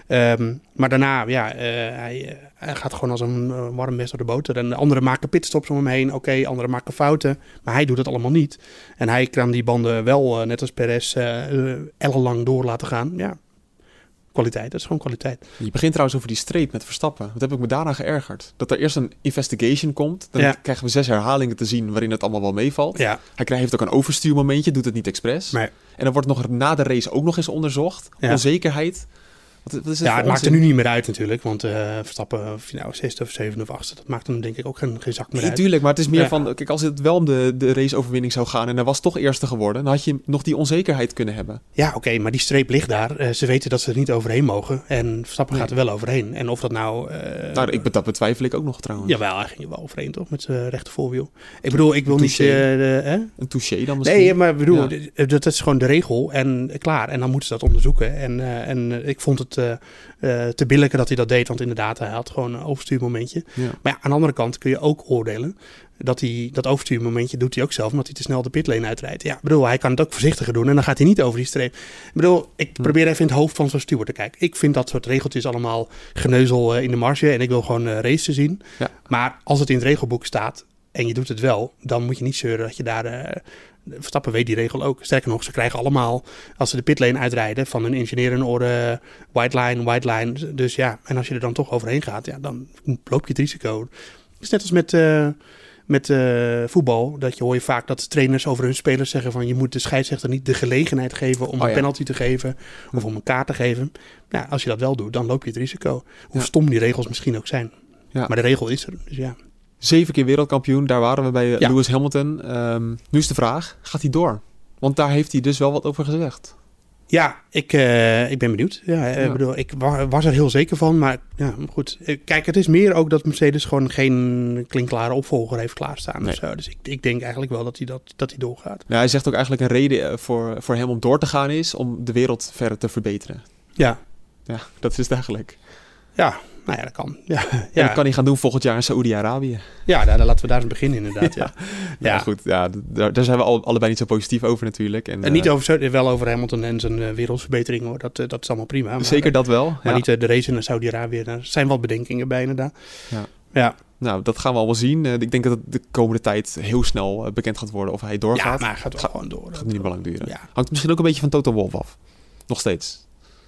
Um, maar daarna, ja, uh, hij, uh, hij gaat gewoon als een uh, warm mes door de boter. En de anderen maken pitstops om hem heen. Oké, okay, anderen maken fouten. Maar hij doet het allemaal niet. En hij kan die banden wel, uh, net als Perez, uh, uh, ellenlang door laten gaan. Ja, kwaliteit. Dat is gewoon kwaliteit.
Je begint trouwens over die streep met Verstappen. Wat heb ik me daarna geërgerd? Dat er eerst een investigation komt. Dan ja. krijgen we zes herhalingen te zien waarin het allemaal wel meevalt.
Ja.
Hij krijgt, heeft ook een overstuurmomentje, doet het niet expres.
Nee.
En dan wordt nog na de race ook nog eens onderzocht. Ja. Onzekerheid. Wat, wat is het
Ja,
voor
het maakt er
onzin?
nu niet meer uit natuurlijk. Want uh, Verstappen, of je nou zesde of zevende of achtste, dat maakt hem denk ik ook geen, geen zak meer
Nee,
uit.
tuurlijk, maar het is meer
Ja.
van... Kijk, als het wel om de, de raceoverwinning zou gaan en hij was toch eerste geworden, dan had je nog die onzekerheid kunnen hebben.
Ja, oké, okay, maar die streep ligt daar. Uh, ze weten dat ze er niet overheen mogen. En Verstappen
Nee.
gaat er wel overheen. En of dat nou... Uh,
Nou, ik, dat betwijfel ik ook nog trouwens.
Jawel, hij ging er wel overheen toch? Met zijn rechter voorwiel. Ik bedoel, ik wil
Een
niet... Uh, de, hè?
Een touché dan misschien?
Nee, maar ik bedoel,
Ja.
dat is gewoon de regel. En klaar. En dan moeten ze dat onderzoeken. En, uh, en uh, ik vond het uh, uh, te billijken dat hij dat deed. Want inderdaad, hij had gewoon een overstuurmomentje.
Ja.
Maar ja, aan de andere kant kun je ook oordelen dat hij dat overstuurmomentje doet hij ook zelf, omdat hij te snel de pitlane uitrijdt. Ja, ik bedoel, hij kan het ook voorzichtiger doen en dan gaat hij niet over die streep. Ik bedoel, ik
Hm.
probeer even in het hoofd van zo'n steward te kijken. Ik vind dat soort regeltjes allemaal geneuzel uh, in de marge en ik wil gewoon uh, race te zien.
Ja.
Maar als het in het regelboek staat en je doet het wel, dan moet je niet zeuren dat je daar... Uh, Verstappen weet die regel ook. Sterker nog, ze krijgen allemaal, als ze de pitlane uitrijden, van hun ingenieur een oren, white line, white line. Dus ja, en als je er dan toch overheen gaat, ja, dan loop je het risico. Het is net als met, uh, met uh, voetbal, dat je hoor je vaak dat trainers over hun spelers zeggen van je moet de scheidsrechter niet de gelegenheid geven om
Oh,
een
ja.
penalty te geven of om een kaart te geven. Ja, als je dat wel doet, dan loop je het risico. Hoe
Ja.
stom die regels misschien ook zijn.
Ja.
Maar de regel is er, dus ja.
Zeven keer wereldkampioen, daar waren we bij uh,
Ja.
Lewis Hamilton. Um, nu is de vraag, gaat hij door? Want daar heeft hij dus wel wat over gezegd.
Ja, ik, uh, ik ben benieuwd. Ja,
Ja.
Ik bedoel, ik wa- was er heel zeker van. Maar ja, goed. Kijk, het is meer ook dat Mercedes gewoon geen klinkklare opvolger heeft klaarstaan.
Nee.
Of zo. Dus ik, ik denk eigenlijk wel dat hij, dat, dat hij doorgaat.
Nou, hij zegt ook eigenlijk een reden voor, voor hem om door te gaan is om de wereld verder te verbeteren.
Ja,
Ja, dat is het eigenlijk.
ja. Nou ja, dat kan. Ja,
En
ja.
dat kan hij gaan doen volgend jaar in Saoedi-Arabië.
ja daar, laten we daar eens beginnen inderdaad. Ja.
Ja,
Ja.
ja. goed. Ja, d- daar, daar zijn we al, allebei niet zo positief over natuurlijk. En,
En niet
eh,
over, zo- wel over Hamilton en zijn uh, wereldverbetering hoor. Dat, uh, dat is allemaal prima. Maar,
Zeker dat wel.
Maar
ja.
niet uh, de race naar Saudi-Arabië. Daar zijn wat bedenkingen bij inderdaad.
Ja.
Ja.
Nou, dat gaan we allemaal zien. Uh, ik denk dat het de komende tijd heel snel uh, bekend gaat worden of hij
Ja,
doorgaat.
maar hij gaat wel
Ga-
gewoon door.
Het gaat niet meer lang duren.
Ja.
Hangt misschien ook een beetje van Toto Wolff af. Nog steeds.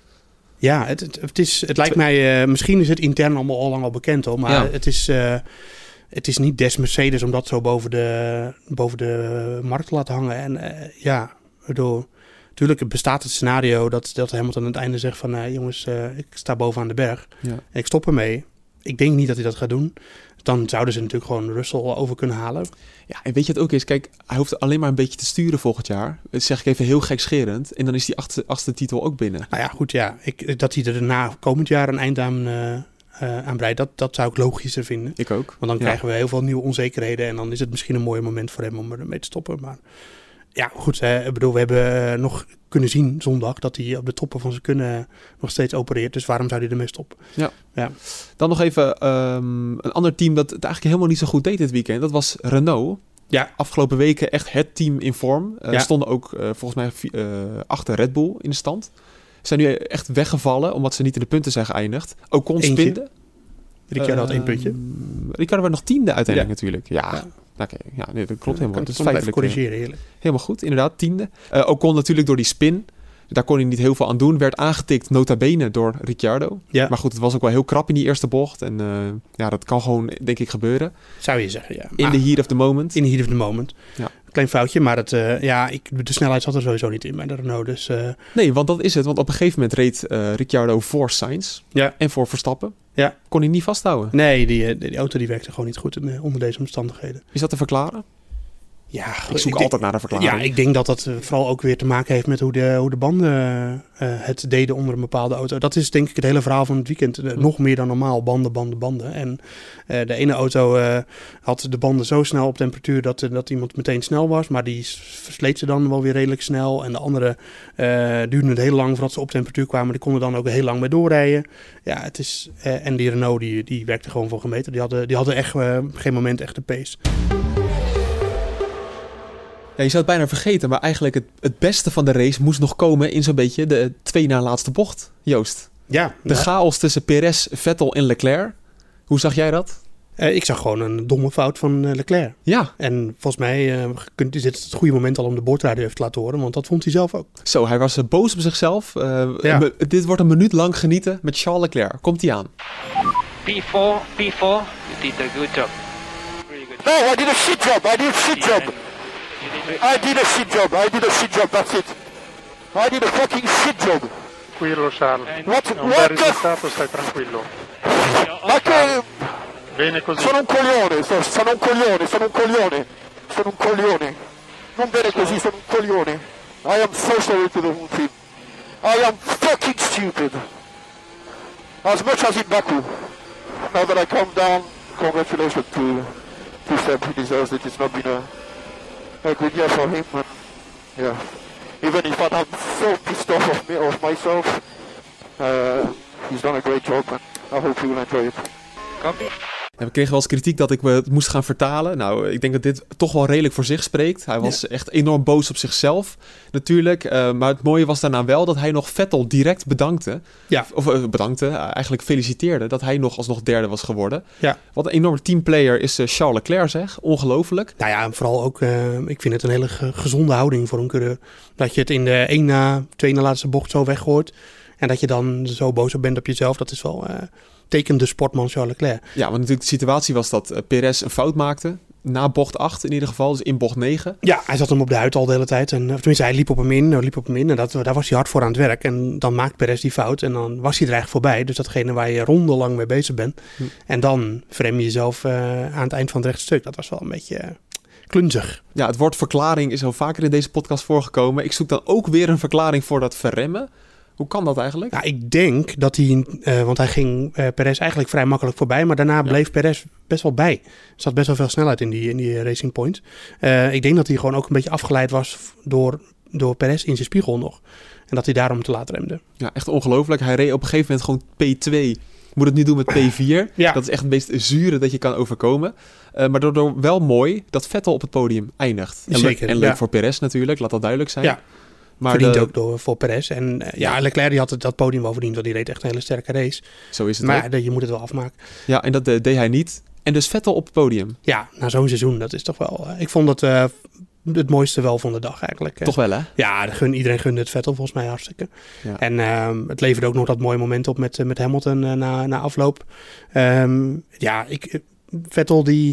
Ja, het, het, het, is, het lijkt mij... Uh, misschien is het intern allemaal al lang al bekend hoor. Maar
Ja.
het, is, uh, het is niet des Mercedes om dat zo boven de, boven de markt te laten hangen. En uh, ja, waardoor... Natuurlijk bestaat het scenario dat, dat Hamilton aan het einde zegt van... Uh, jongens, uh, ik sta boven aan de berg.
Ja.
En ik stop ermee. Ik denk niet dat hij dat gaat doen. Dan zouden ze natuurlijk gewoon Russell over kunnen halen.
Ja, en weet je wat ook is? Kijk, hij hoeft alleen maar een beetje te sturen volgend jaar. Dat zeg ik even heel gekscherend. En dan is die achtste, achtste titel ook binnen.
Nou ja, goed, ja. Ik, dat hij er na komend jaar een eind aan, uh, uh, aan breidt, dat, dat zou ik logischer vinden.
Ik ook.
Want dan
Ja.
krijgen we heel veel nieuwe onzekerheden. En dan is het misschien een mooi moment voor hem om ermee te stoppen. Maar ja, goed. Hè, ik bedoel, we hebben uh, nog kunnen zien zondag dat hij op de toppen van zijn kunnen nog steeds opereert. Dus waarom zou hij ermee stoppen?
Ja.
Ja.
Dan nog even um, een ander team dat het eigenlijk helemaal niet zo goed deed dit weekend. Dat was Renault.
Ja.
Afgelopen weken echt het team in vorm. Uh,
Ja.
Stonden ook uh, volgens mij uh, achter Red Bull in de stand. Zijn nu echt weggevallen omdat ze niet in de punten zijn geëindigd. Ocon
Eentje.
spinde.
Ricciardo had één
Uh,
puntje.
Ricciardo werd nog tiende uiteindelijk
Ja.
natuurlijk. Ja,
Ja.
Oké, ja nee, dat klopt
Ja,
helemaal.
kan
Dat is
het nog even
feitelijk uh,
corrigeren, heerlijk.
helemaal goed. Inderdaad, tiende. Uh, Ocon natuurlijk door die spin. Daar kon hij niet heel veel aan doen. Werd aangetikt nota bene door Ricciardo.
Ja,
Maar goed, het was ook wel heel krap in die eerste bocht. En uh, ja, dat kan gewoon, denk ik, gebeuren.
zou je zeggen, ja.
In
Maar-
the heat of the moment.
In the heat of the moment.
Ja.
Klein foutje, maar het, uh, ja, ik, de snelheid zat er sowieso niet in bij de Renault. Dus uh,
Nee, want dat is het. Want op een gegeven moment reed uh, Ricciardo voor Sainz.
ja,
En voor Verstappen.
Ja.
Kon hij niet vasthouden.
nee, die, die, die auto die werkte gewoon niet goed in, uh, onder deze omstandigheden.
Is dat te verklaren?
Ja,
Ik zoek
denk-
altijd naar een verklaring.
Ja, ik denk dat dat uh, vooral ook weer te maken heeft met hoe de, hoe de banden uh, het deden onder een bepaalde auto. Dat is denk ik het hele verhaal van het weekend. Uh, nog meer dan normaal, banden, banden, banden. En uh, de ene auto uh, had de banden zo snel op temperatuur dat, uh, dat iemand meteen snel was. Maar die versleet ze dan wel weer redelijk snel. En de andere uh, duurde het heel lang voordat ze op temperatuur kwamen. Die konden dan ook heel lang mee doorrijden. Ja, het is, uh, en die Renault die, die werkte gewoon voor gemeten. Die hadden, die hadden echt uh, op geen moment echt de pace.
Ja, je zou het bijna vergeten, maar eigenlijk het, het beste van de race moest nog komen in zo'n beetje de twee na laatste bocht, Joost.
Ja,
De
ja.
chaos tussen Perez, Vettel en Leclerc. Hoe zag jij dat?
Uh, ik zag gewoon een domme fout van uh, Leclerc.
Ja,
En volgens mij uh, kunt, is dit het goede moment al om de boordradio even te laten horen. Want dat vond hij zelf ook.
zo, hij was uh, boos op zichzelf. Uh,
Ja.
me- dit wordt een minuut lang genieten met Charles Leclerc. Komt hij aan?
P four, P four, you did a good job. Really good.
No, I did a shit job. I did a shit job.
And you did
I did a shit job. I did a shit job. That's it. I did a fucking shit job.
tranquillo Charles.
What-
È un
what
bel
the-
risultato, stai tranquillo.
Ma che...
Bene così.
Sono un coglione, so- sono un coglione, sono un coglione, sono un coglione. Non bene così, sono un coglione. I am so sorry to the whole team. I am fucking stupid. As much as in Baku. Now that I calm down, congratulations to, to Seb, he deserves it. It's not been a, a good year for him. And yeah, even if I'm so pissed off of, me, of myself, uh, he's done a great job and I hope you will enjoy it.
Copy.
Ja, we kregen wel eens kritiek dat ik me het moest gaan vertalen. Nou, ik denk dat dit toch wel redelijk voor zich spreekt. Hij was ja. echt enorm boos op zichzelf, natuurlijk. Uh, maar het mooie was daarna wel dat hij nog Vettel direct bedankte.
Ja.
Of uh, bedankte, uh, eigenlijk feliciteerde dat hij nog alsnog derde was geworden.
Ja.
Wat een enorme teamplayer is uh, Charles Leclerc, zeg. Ongelooflijk.
Nou ja, en vooral ook, uh, ik vind het een hele ge- gezonde houding voor een coureur. Dat je het in de één na, twee na laatste bocht zo weggooit. En dat je dan zo boos op bent op jezelf, dat is wel... Uh, tekent de sportman Charles Leclerc.
Ja, want natuurlijk de situatie was dat uh, Perez een fout maakte. Na bocht acht in ieder geval, dus in bocht negen.
Ja, hij zat hem op de huid al de hele tijd. En, of tenminste, hij liep op hem in. Hij liep op hem in en dat, daar was hij hard voor aan het werk. En dan maakt Perez die fout en dan was hij er eigenlijk voorbij. Dus datgene waar je rondelang mee bezig bent. Hm. En dan vrem je jezelf uh, aan het eind van het rechtstuk. Dat was wel een beetje... Uh, klunzig.
Ja, het woord verklaring is al vaker in deze podcast voorgekomen. Ik zoek dan ook weer een verklaring voor dat verremmen. Hoe kan dat eigenlijk?
Nou, ik denk dat hij, uh, want hij ging uh, Perez eigenlijk vrij makkelijk voorbij, maar daarna ja. bleef Perez best wel bij. Er zat best wel veel snelheid in die, in die Racing Point. Uh, ik denk dat hij gewoon ook een beetje afgeleid was door, door Perez in zijn spiegel nog. En dat hij daarom te laat remde.
Ja, echt ongelooflijk. Hij reed op een gegeven moment gewoon P twee. Moet het nu doen met P vier.
Ja.
Dat is echt het meest zure dat je kan overkomen. Uh, maar daardoor wel mooi dat Vettel op het podium eindigt. En
Zeker.
Le- en leuk
ja.
voor Perez natuurlijk, laat dat duidelijk zijn.
Ja.
Maar
verdiend
de...
ook door, voor Perez. En uh, ja, ja, Leclerc die had het, dat podium wel verdiend, want die reed echt een hele sterke race.
Zo is het
Maar
ook.
Ja, je moet het wel afmaken.
Ja, en dat uh, deed hij niet. En dus Vettel op het podium.
Ja, na zo'n seizoen, dat is toch wel... Uh, ik vond dat uh, het mooiste wel van de dag eigenlijk. Uh.
Toch wel, hè?
Ja, gun, iedereen gunde het Vettel volgens mij hartstikke.
Ja.
En uh, het leverde ook nog dat mooie moment op met, uh, met Hamilton uh, na, na afloop. Um, ja, ik, Vettel die...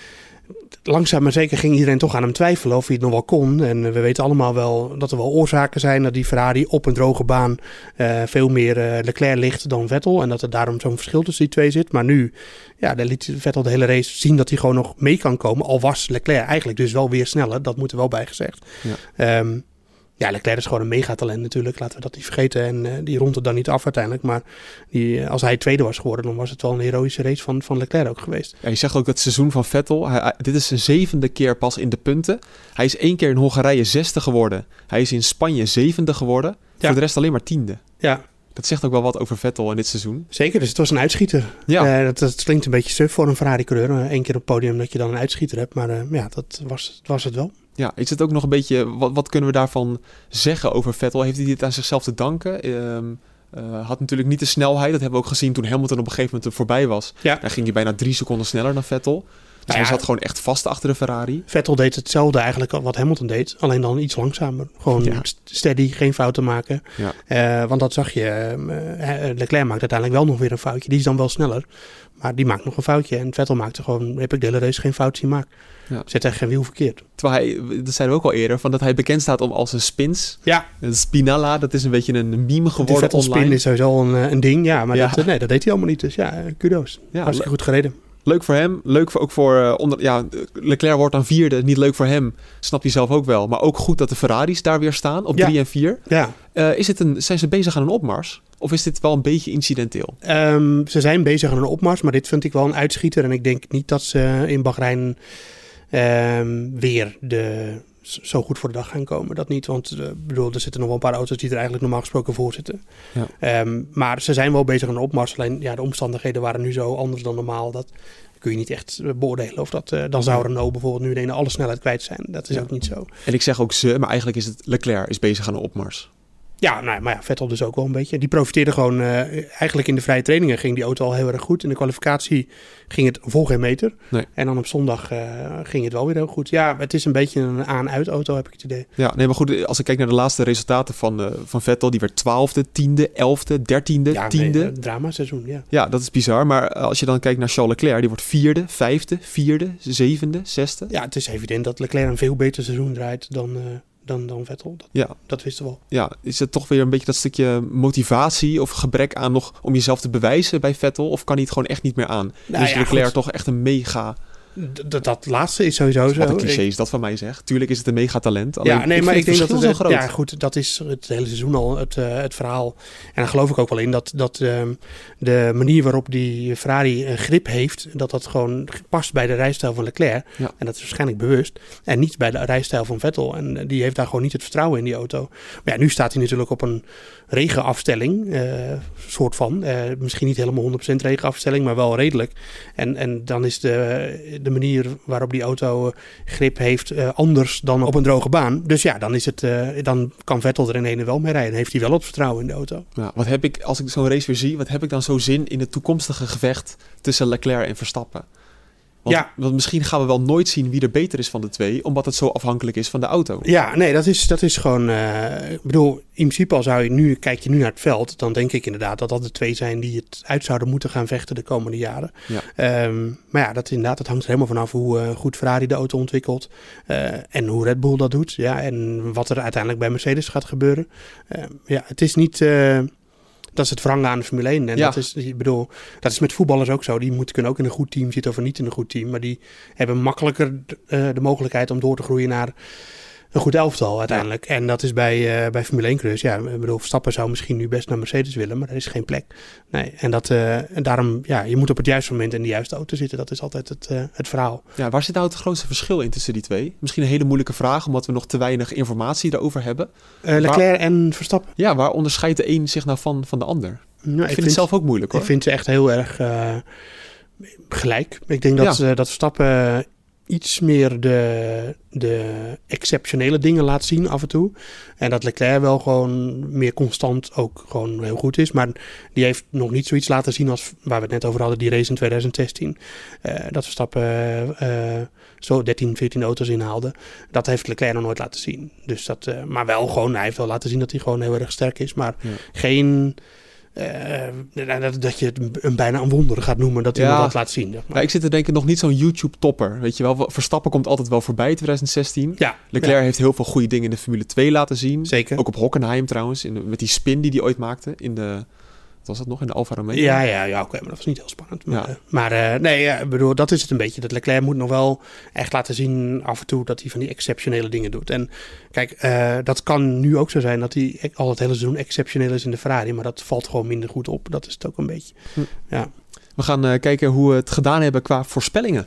Langzaam maar zeker ging iedereen toch aan hem twijfelen of hij het nog wel kon. En we weten allemaal wel dat er wel oorzaken zijn dat die Ferrari op een droge baan uh, veel meer uh, Leclerc ligt dan Vettel. En dat er daarom zo'n verschil tussen die twee zit. Maar nu, ja, daar liet Vettel de hele race zien dat hij gewoon nog mee kan komen. Al was Leclerc eigenlijk dus wel weer sneller. Dat moet er wel bij gezegd. Ja. Um, Ja, Leclerc is gewoon een megatalent natuurlijk. Laten we dat niet vergeten. En uh, die rondt het dan niet af uiteindelijk. Maar die, uh, als hij tweede was geworden, dan was het wel een heroïsche race van, van Leclerc ook geweest.
Ja, je zegt ook dat het seizoen van Vettel. Hij, hij, dit is zijn zevende keer pas in de punten. Hij is één keer in Hongarije zesde geworden. Hij is in Spanje zevende geworden. Ja. Voor de rest alleen maar tiende.
Ja.
Dat zegt ook wel wat over Vettel in dit seizoen.
Zeker, dus het was een uitschieter.
Ja.
Uh, dat, dat klinkt een beetje suf voor een Ferrari-coureur. Uh, Eén keer op het podium dat je dan een uitschieter hebt. Maar uh, ja, dat was, was het wel.
Ja, is het ook nog een beetje... Wat, wat kunnen we daarvan zeggen over Vettel? Heeft hij dit aan zichzelf te danken? Um, uh, had natuurlijk niet de snelheid. Dat hebben we ook gezien toen Hamilton op een gegeven moment er voorbij was.
Ja.
Dan ging hij bijna drie seconden sneller dan Vettel. Dus
nou
hij
ja,
zat gewoon echt vast achter de Ferrari.
Vettel deed hetzelfde eigenlijk wat Hamilton deed. Alleen dan iets langzamer. Gewoon ja. steady, geen fouten maken. Ja. Uh, want dat zag je. Uh, Leclerc maakt uiteindelijk wel nog weer een foutje. Die is dan wel sneller. Maar die maakt nog een foutje. En Vettel maakte gewoon, heb ik de hele race geen fout zien maken. Ja. Zet echt geen wiel verkeerd.
Terwijl hij, dat zeiden we ook al eerder, van dat hij bekend staat om als een spins.
Ja.
Een Spinalla, dat is een beetje een meme geworden.
De Vettel spin is sowieso een, een ding. Ja, maar
ja.
Dat, nee, dat deed hij allemaal niet. Dus ja, kudos. Ja, hartstikke le- goed gereden.
Leuk voor hem. Leuk voor, ook voor... Uh, onder, ja, Leclerc wordt dan vierde. Niet leuk voor hem. Snapt hij zelf ook wel. Maar ook goed dat de Ferraris daar weer staan. Op ja. drie en vier.
Ja.
Uh, is het een, zijn ze bezig aan een opmars? Of is dit wel een beetje incidenteel?
Um, ze zijn bezig aan een opmars. Maar dit vind ik wel een uitschieter. En ik denk niet dat ze in Bahrein um, weer de... zo goed voor de dag gaan komen. Dat niet, want uh, bedoel, er zitten nog wel een paar auto's die er eigenlijk normaal gesproken voor zitten. Ja. Um, maar ze zijn wel bezig aan een opmars. Alleen ja, de omstandigheden waren nu zo anders dan normaal. Dat kun je niet echt beoordelen of dat... Uh, dan zou Renault bijvoorbeeld nu ineens alle snelheid kwijt zijn. Dat is ja. ook niet zo.
En ik zeg ook ze, maar eigenlijk is het Leclerc is bezig aan een opmars.
Ja, nou, maar ja, Vettel dus ook wel een beetje. Die profiteerde gewoon... Uh, eigenlijk in de vrije trainingen ging die auto al heel erg goed. In de kwalificatie ging het vol geen meter.
Nee.
En dan op zondag uh, ging het wel weer heel goed. Ja, het is een beetje een aan-uit auto, heb ik het idee.
Ja, nee, maar goed, als ik kijk naar de laatste resultaten van, uh, van Vettel... die werd twaalfde, tiende, elfde, dertiende,
ja,
tiende.
Nee, drama-seizoen, ja.
Ja, dat is bizar. Maar als je dan kijkt naar Charles Leclerc... die wordt vierde, vijfde, vierde, zevende, zesde.
Ja, het is evident dat Leclerc een veel beter seizoen draait dan... Uh, dan, dan Vettel. Dat,
Ja.
dat wisten we al.
Ja, is het toch weer een beetje dat stukje motivatie of gebrek aan nog om jezelf te bewijzen bij Vettel? Of kan hij het gewoon echt niet meer aan?
Nou,
is
ja,
Leclerc
goed.
toch echt een mega...
D- dat laatste is sowieso zo.
Wat een cliché
Ik-
is dat van mij zeg. Tuurlijk is het een megatalent. Alleen,
Ja, nee, maar ik
vind
denk
het
dat
verschil
het,
zo groot.
ja, goed, dat is het hele seizoen al het, uh, het verhaal. En daar geloof ik ook wel in dat, dat um, de manier waarop die Ferrari een grip heeft, dat dat gewoon past bij de rijstijl van Leclerc.
Ja.
En dat is waarschijnlijk bewust. En niet bij de rijstijl van Vettel. En uh, die heeft daar gewoon niet het vertrouwen in die auto. Maar ja, nu staat hij natuurlijk op een regenafstelling, uh, soort van. Uh, misschien niet helemaal honderd procent regenafstelling, maar wel redelijk. En, en dan is de, de manier waarop die auto uh, grip heeft uh, anders dan op een droge baan. Dus ja, dan, is het, uh, dan kan Vettel er in ene wel mee rijden. Heeft hij wel het vertrouwen in de auto.
Ja, wat heb ik, als ik zo'n race weer zie, wat heb ik dan zo zin in het toekomstige gevecht tussen Leclerc en Verstappen? Want,
Ja.
want misschien gaan we wel nooit zien wie er beter is van de twee, omdat het zo afhankelijk is van de auto.
Ja, nee, dat is, dat is gewoon... Uh, ik bedoel, in principe al zou je nu... Kijk je nu naar het veld, dan denk ik inderdaad dat dat de twee zijn die het uit zouden moeten gaan vechten de komende jaren.
Ja.
Um, maar ja, dat, inderdaad, dat hangt er helemaal vanaf hoe uh, goed Ferrari de auto ontwikkelt. Uh, en hoe Red Bull dat doet. Ja, en wat er uiteindelijk bij Mercedes gaat gebeuren. Uh, ja, het is niet... Uh, Dat is het wrangen aan de Formule één. En
Ja.
dat is, ik bedoel, dat is met voetballers ook zo. Die moeten, kunnen ook in een goed team zitten of niet in een goed team. Maar die hebben makkelijker uh, de mogelijkheid om door te groeien naar een goed elftal uiteindelijk. Ja. En dat is bij, uh, bij Formule één coureurs. Ja, ik bedoel, Verstappen zou misschien nu best naar Mercedes willen, maar er is geen plek. Nee, en, dat, uh, en daarom, ja, je moet op het juiste moment in de juiste auto zitten. Dat is altijd het, uh, het verhaal.
Ja, waar zit nou het grootste verschil in tussen die twee? Misschien een hele moeilijke vraag, omdat we nog te weinig informatie daarover hebben.
Uh, Leclerc waar, en Verstappen.
Ja, waar onderscheidt de een zich nou van, van de ander?
Nou,
ik,
ik
vind
vind
het zelf ook moeilijk, hoor.
Ik vind ze echt heel erg uh, gelijk. Ik denk dat, ja. uh, dat Verstappen uh, iets meer de, de exceptionele dingen laat zien af en toe. En dat Leclerc wel gewoon meer constant ook gewoon heel goed is. Maar die heeft nog niet zoiets laten zien als waar we het net over hadden, die race in twintig zestien. Uh, dat Verstappen uh, uh, zo dertien, veertien auto's inhaalde. Dat heeft Leclerc nog nooit laten zien. Dus dat, uh, maar wel gewoon, hij heeft wel laten zien dat hij gewoon heel erg sterk is. Maar ja. geen... Uh, dat, dat je het een, bijna een wonder gaat noemen dat hij ja. dat laat zien. Zeg maar.
Ja, ik zit te denken nog niet zo'n YouTube-topper. Weet je wel, Verstappen komt altijd wel voorbij in twintig zestien.
Ja.
Leclerc
ja.
heeft heel veel goede dingen in de Formule twee laten zien.
Zeker.
Ook op Hockenheim trouwens, in de, met die spin die hij ooit maakte in de... Wat was dat nog? In de Alfa Romeo?
Ja, ja, ja oké, okay, maar dat was niet heel spannend. Maar, ja. maar uh, nee, ja, bedoel, dat is het een beetje. Dat Leclerc moet nog wel echt laten zien af en toe dat hij van die exceptionele dingen doet. En kijk, uh, dat kan nu ook zo zijn dat hij al het hele seizoen exceptioneel is in de Ferrari. Maar dat valt gewoon minder goed op. Dat is het ook een beetje. Hm. Ja.
We gaan uh, kijken hoe we het gedaan hebben qua voorspellingen.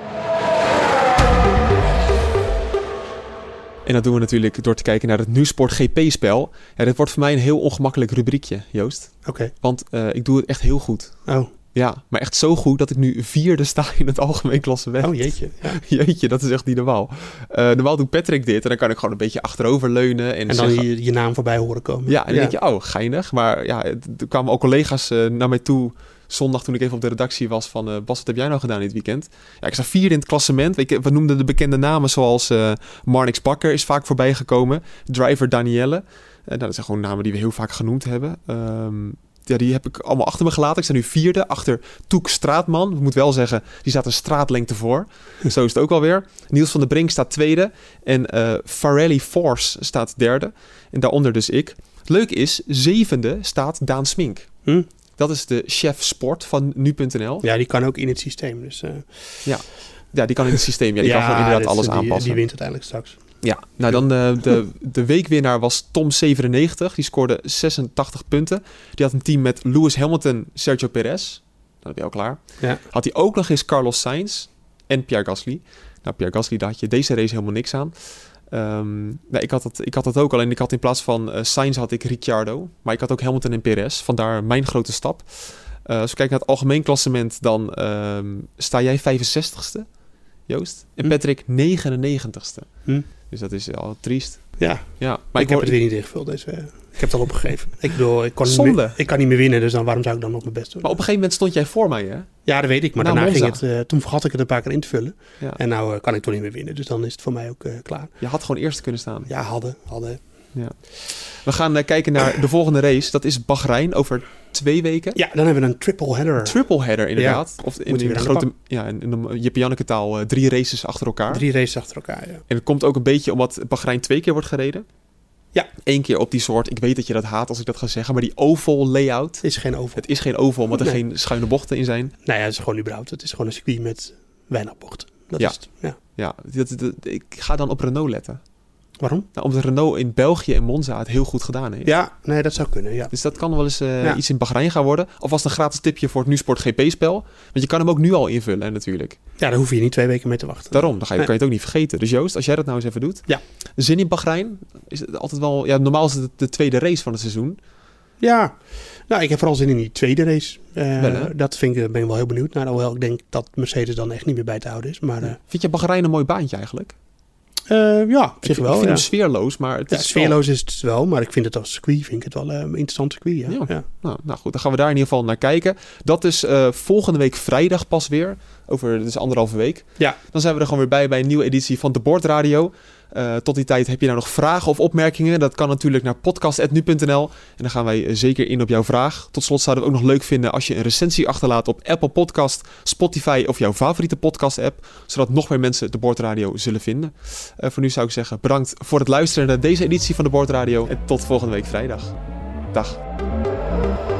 En dat doen we natuurlijk door te kijken naar het NuSport G P-spel. Ja, dit wordt voor mij een heel ongemakkelijk rubriekje, Joost.
Oké. Okay.
Want uh, ik doe het echt heel goed.
Oh.
Ja, maar echt zo goed dat ik nu vierde sta in het algemeen klassement.
Oh jeetje. Ja.
Jeetje, dat is echt niet normaal. Uh, normaal doet Patrick dit en dan kan ik gewoon een beetje achterover leunen. En,
en dan
zeggen,
je, je naam voorbij horen komen.
Ja, en dan
ja.
denk je, oh, geinig. Maar ja, er kwamen ook collega's uh, naar mij toe zondag toen ik even op de redactie was van... Uh, Bas, wat heb jij nou gedaan dit weekend? Ja, ik sta vierde in het klassement. Ik, we noemden de bekende namen zoals uh, Marnix Bakker is vaak voorbij gekomen. Driver Danielle. Uh, nou, dat zijn gewoon namen die we heel vaak genoemd hebben. Um, ja, die heb ik allemaal achter me gelaten. Ik sta nu vierde achter Toek Straatman. Ik moet wel zeggen, die staat een straatlengte voor. Zo is het ook alweer. Niels van der Brink staat tweede. En uh, Farrelly Force staat derde. En daaronder dus ik. Het leuke is, zevende staat Daan Smink.
Hm?
Dat is de chef sport van nu punt n l.
Ja, die kan ook in het systeem. Dus, uh...
ja. ja, die kan in het systeem. Ja, die
ja,
kan gewoon inderdaad alles
die,
aanpassen.
Die wint uiteindelijk straks.
Ja, nou dan de, de, de weekwinnaar was Tom zevenennegentig. Die scoorde zesentachtig punten. Die had een team met Lewis Hamilton, Sergio Perez. Dat heb je al klaar.
Ja.
Had hij ook nog eens Carlos Sainz en Pierre Gasly. Nou, Pierre Gasly, daar had je deze race helemaal niks aan. Um, nou, ik, had dat, ik had dat ook al. En ik had in plaats van uh, Sainz had ik Ricciardo. Maar ik had ook Hamilton en Perez. Vandaar mijn grote stap. Uh, als we kijken naar het algemeen klassement, dan um, sta jij vijfenzestigste, Joost. En Patrick hm? negenennegentigste.
Hm?
Dus dat is al triest.
Ja,
ja maar
ik,
ik
heb
hoor...
het weer niet ingevuld. Dus, uh, ik heb het al opgegeven. Ik bedoel, ik, kon
Zonde.
Niet meer, ik kan niet meer winnen, dus dan waarom zou ik dan nog mijn best doen?
Maar op een gegeven moment stond jij voor mij, hè?
Ja, dat weet ik. Maar
nou,
daarna
Monza.
ging het... Uh, toen vergat ik het een paar keer in te vullen.
Ja.
En nou uh, kan ik toch niet meer winnen. Dus dan is het voor mij ook uh, klaar.
Je had gewoon eerst kunnen staan.
Ja, hadden. hadden.
Ja. We gaan uh, kijken naar de volgende race. Dat is Bahrein over twee weken.
Ja, dan hebben we een triple header.
Triple header, inderdaad.
Ja.
Of in, in,
in
grote, ja, in, in de Jip-Janneke taal uh, drie races achter elkaar.
Drie races achter elkaar, ja.
En het komt ook een beetje omdat Bahrein twee keer wordt gereden.
Ja.
Eén keer op die soort, ik weet dat je dat haat als ik dat ga zeggen, maar die oval layout.
Het is geen oval.
Het is geen oval, omdat er
Nee.
geen schuine bochten in zijn.
Nou ja, het is gewoon überhaupt. Het is gewoon een circuit met weinig bochten. Dat
Ja.
is het. Ja.
Ja, dat, dat, ik ga dan op Renault letten.
Waarom?
Nou, omdat Renault in België en Monza het heel goed gedaan heeft.
Ja, nee, dat zou kunnen, ja.
Dus dat kan wel eens uh,
Ja.
iets in Bahrein gaan worden. Alvast een gratis tipje voor het NuSport G P-spel. Want je kan hem ook nu al invullen, hè, natuurlijk.
Ja, daar hoef je niet twee weken mee te wachten.
Daarom, dan ga je,
Nee.
kan je het ook niet vergeten. Dus Joost, als jij dat nou eens even doet.
Ja.
Zin in Bahrein? Is het altijd wel... Ja, normaal is het de tweede race van het seizoen.
Ja, nou, ik heb vooral zin in die tweede race. Uh,
Wel, hè?
dat vind ik, ben ik wel heel benieuwd naar. Alhoewel ik denk dat Mercedes dan echt niet meer bij te houden is. Maar uh,
Vind je Bahrein een mooi baantje eigenlijk?
uh, ja, op
Ik,
zich
vind-
wel.
ik vind
ja.
hem sfeerloos, maar het
Ja,
is
sfeerloos is het wel, maar ik vind het als circuit vind ik het wel uh, een interessant circuit. Ja.
Ja.
Ja.
Nou, nou goed, dan gaan we daar in ieder geval naar kijken. Dat is uh, volgende week vrijdag pas weer. Over dus anderhalve week.
Ja.
Dan zijn we er gewoon weer bij bij een nieuwe editie van De Bord Radio. Uh, tot die tijd heb je nou nog vragen of opmerkingen. Dat kan natuurlijk naar podcast punt nu punt n l. En dan gaan wij zeker in op jouw vraag. Tot slot zouden we het ook nog leuk vinden als je een recensie achterlaat op Apple Podcast, Spotify of jouw favoriete podcast app. Zodat nog meer mensen De Bord Radio zullen vinden. Uh, voor nu zou ik zeggen bedankt voor het luisteren naar deze editie van De Bord Radio. En tot volgende week vrijdag. Dag.